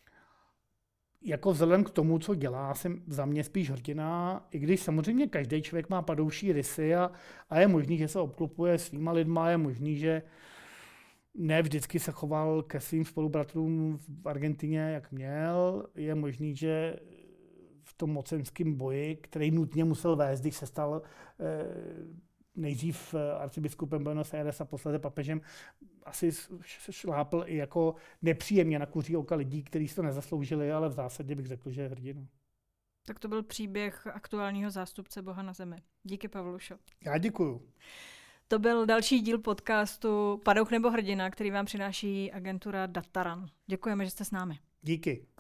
Jako vzhledem k tomu, co dělá, jsem za mě spíš hrdina, i když samozřejmě každý člověk má padouší rysy a, a je možný, že se obklopuje svýma lidma, je možný, že ne vždycky se choval ke svým spolubratrům v Argentině, jak měl. Je možný, že v tom mocenském boji, který nutně musel vést, když se stal eh, nejdřív arcibiskupem Buenos Aires a posledně papežem, asi se šlápl i jako nepříjemně na kuří oka lidí, kteří si to nezasloužili, ale v zásadě bych řekl, že je hrdina. Tak to byl příběh aktuálního zástupce Boha na zemi. Díky, Pavlušo. Já děkuju. To byl další díl podcastu Padouch nebo hrdina, který vám přináší agentura Dataran. Děkujeme, že jste s námi. Díky.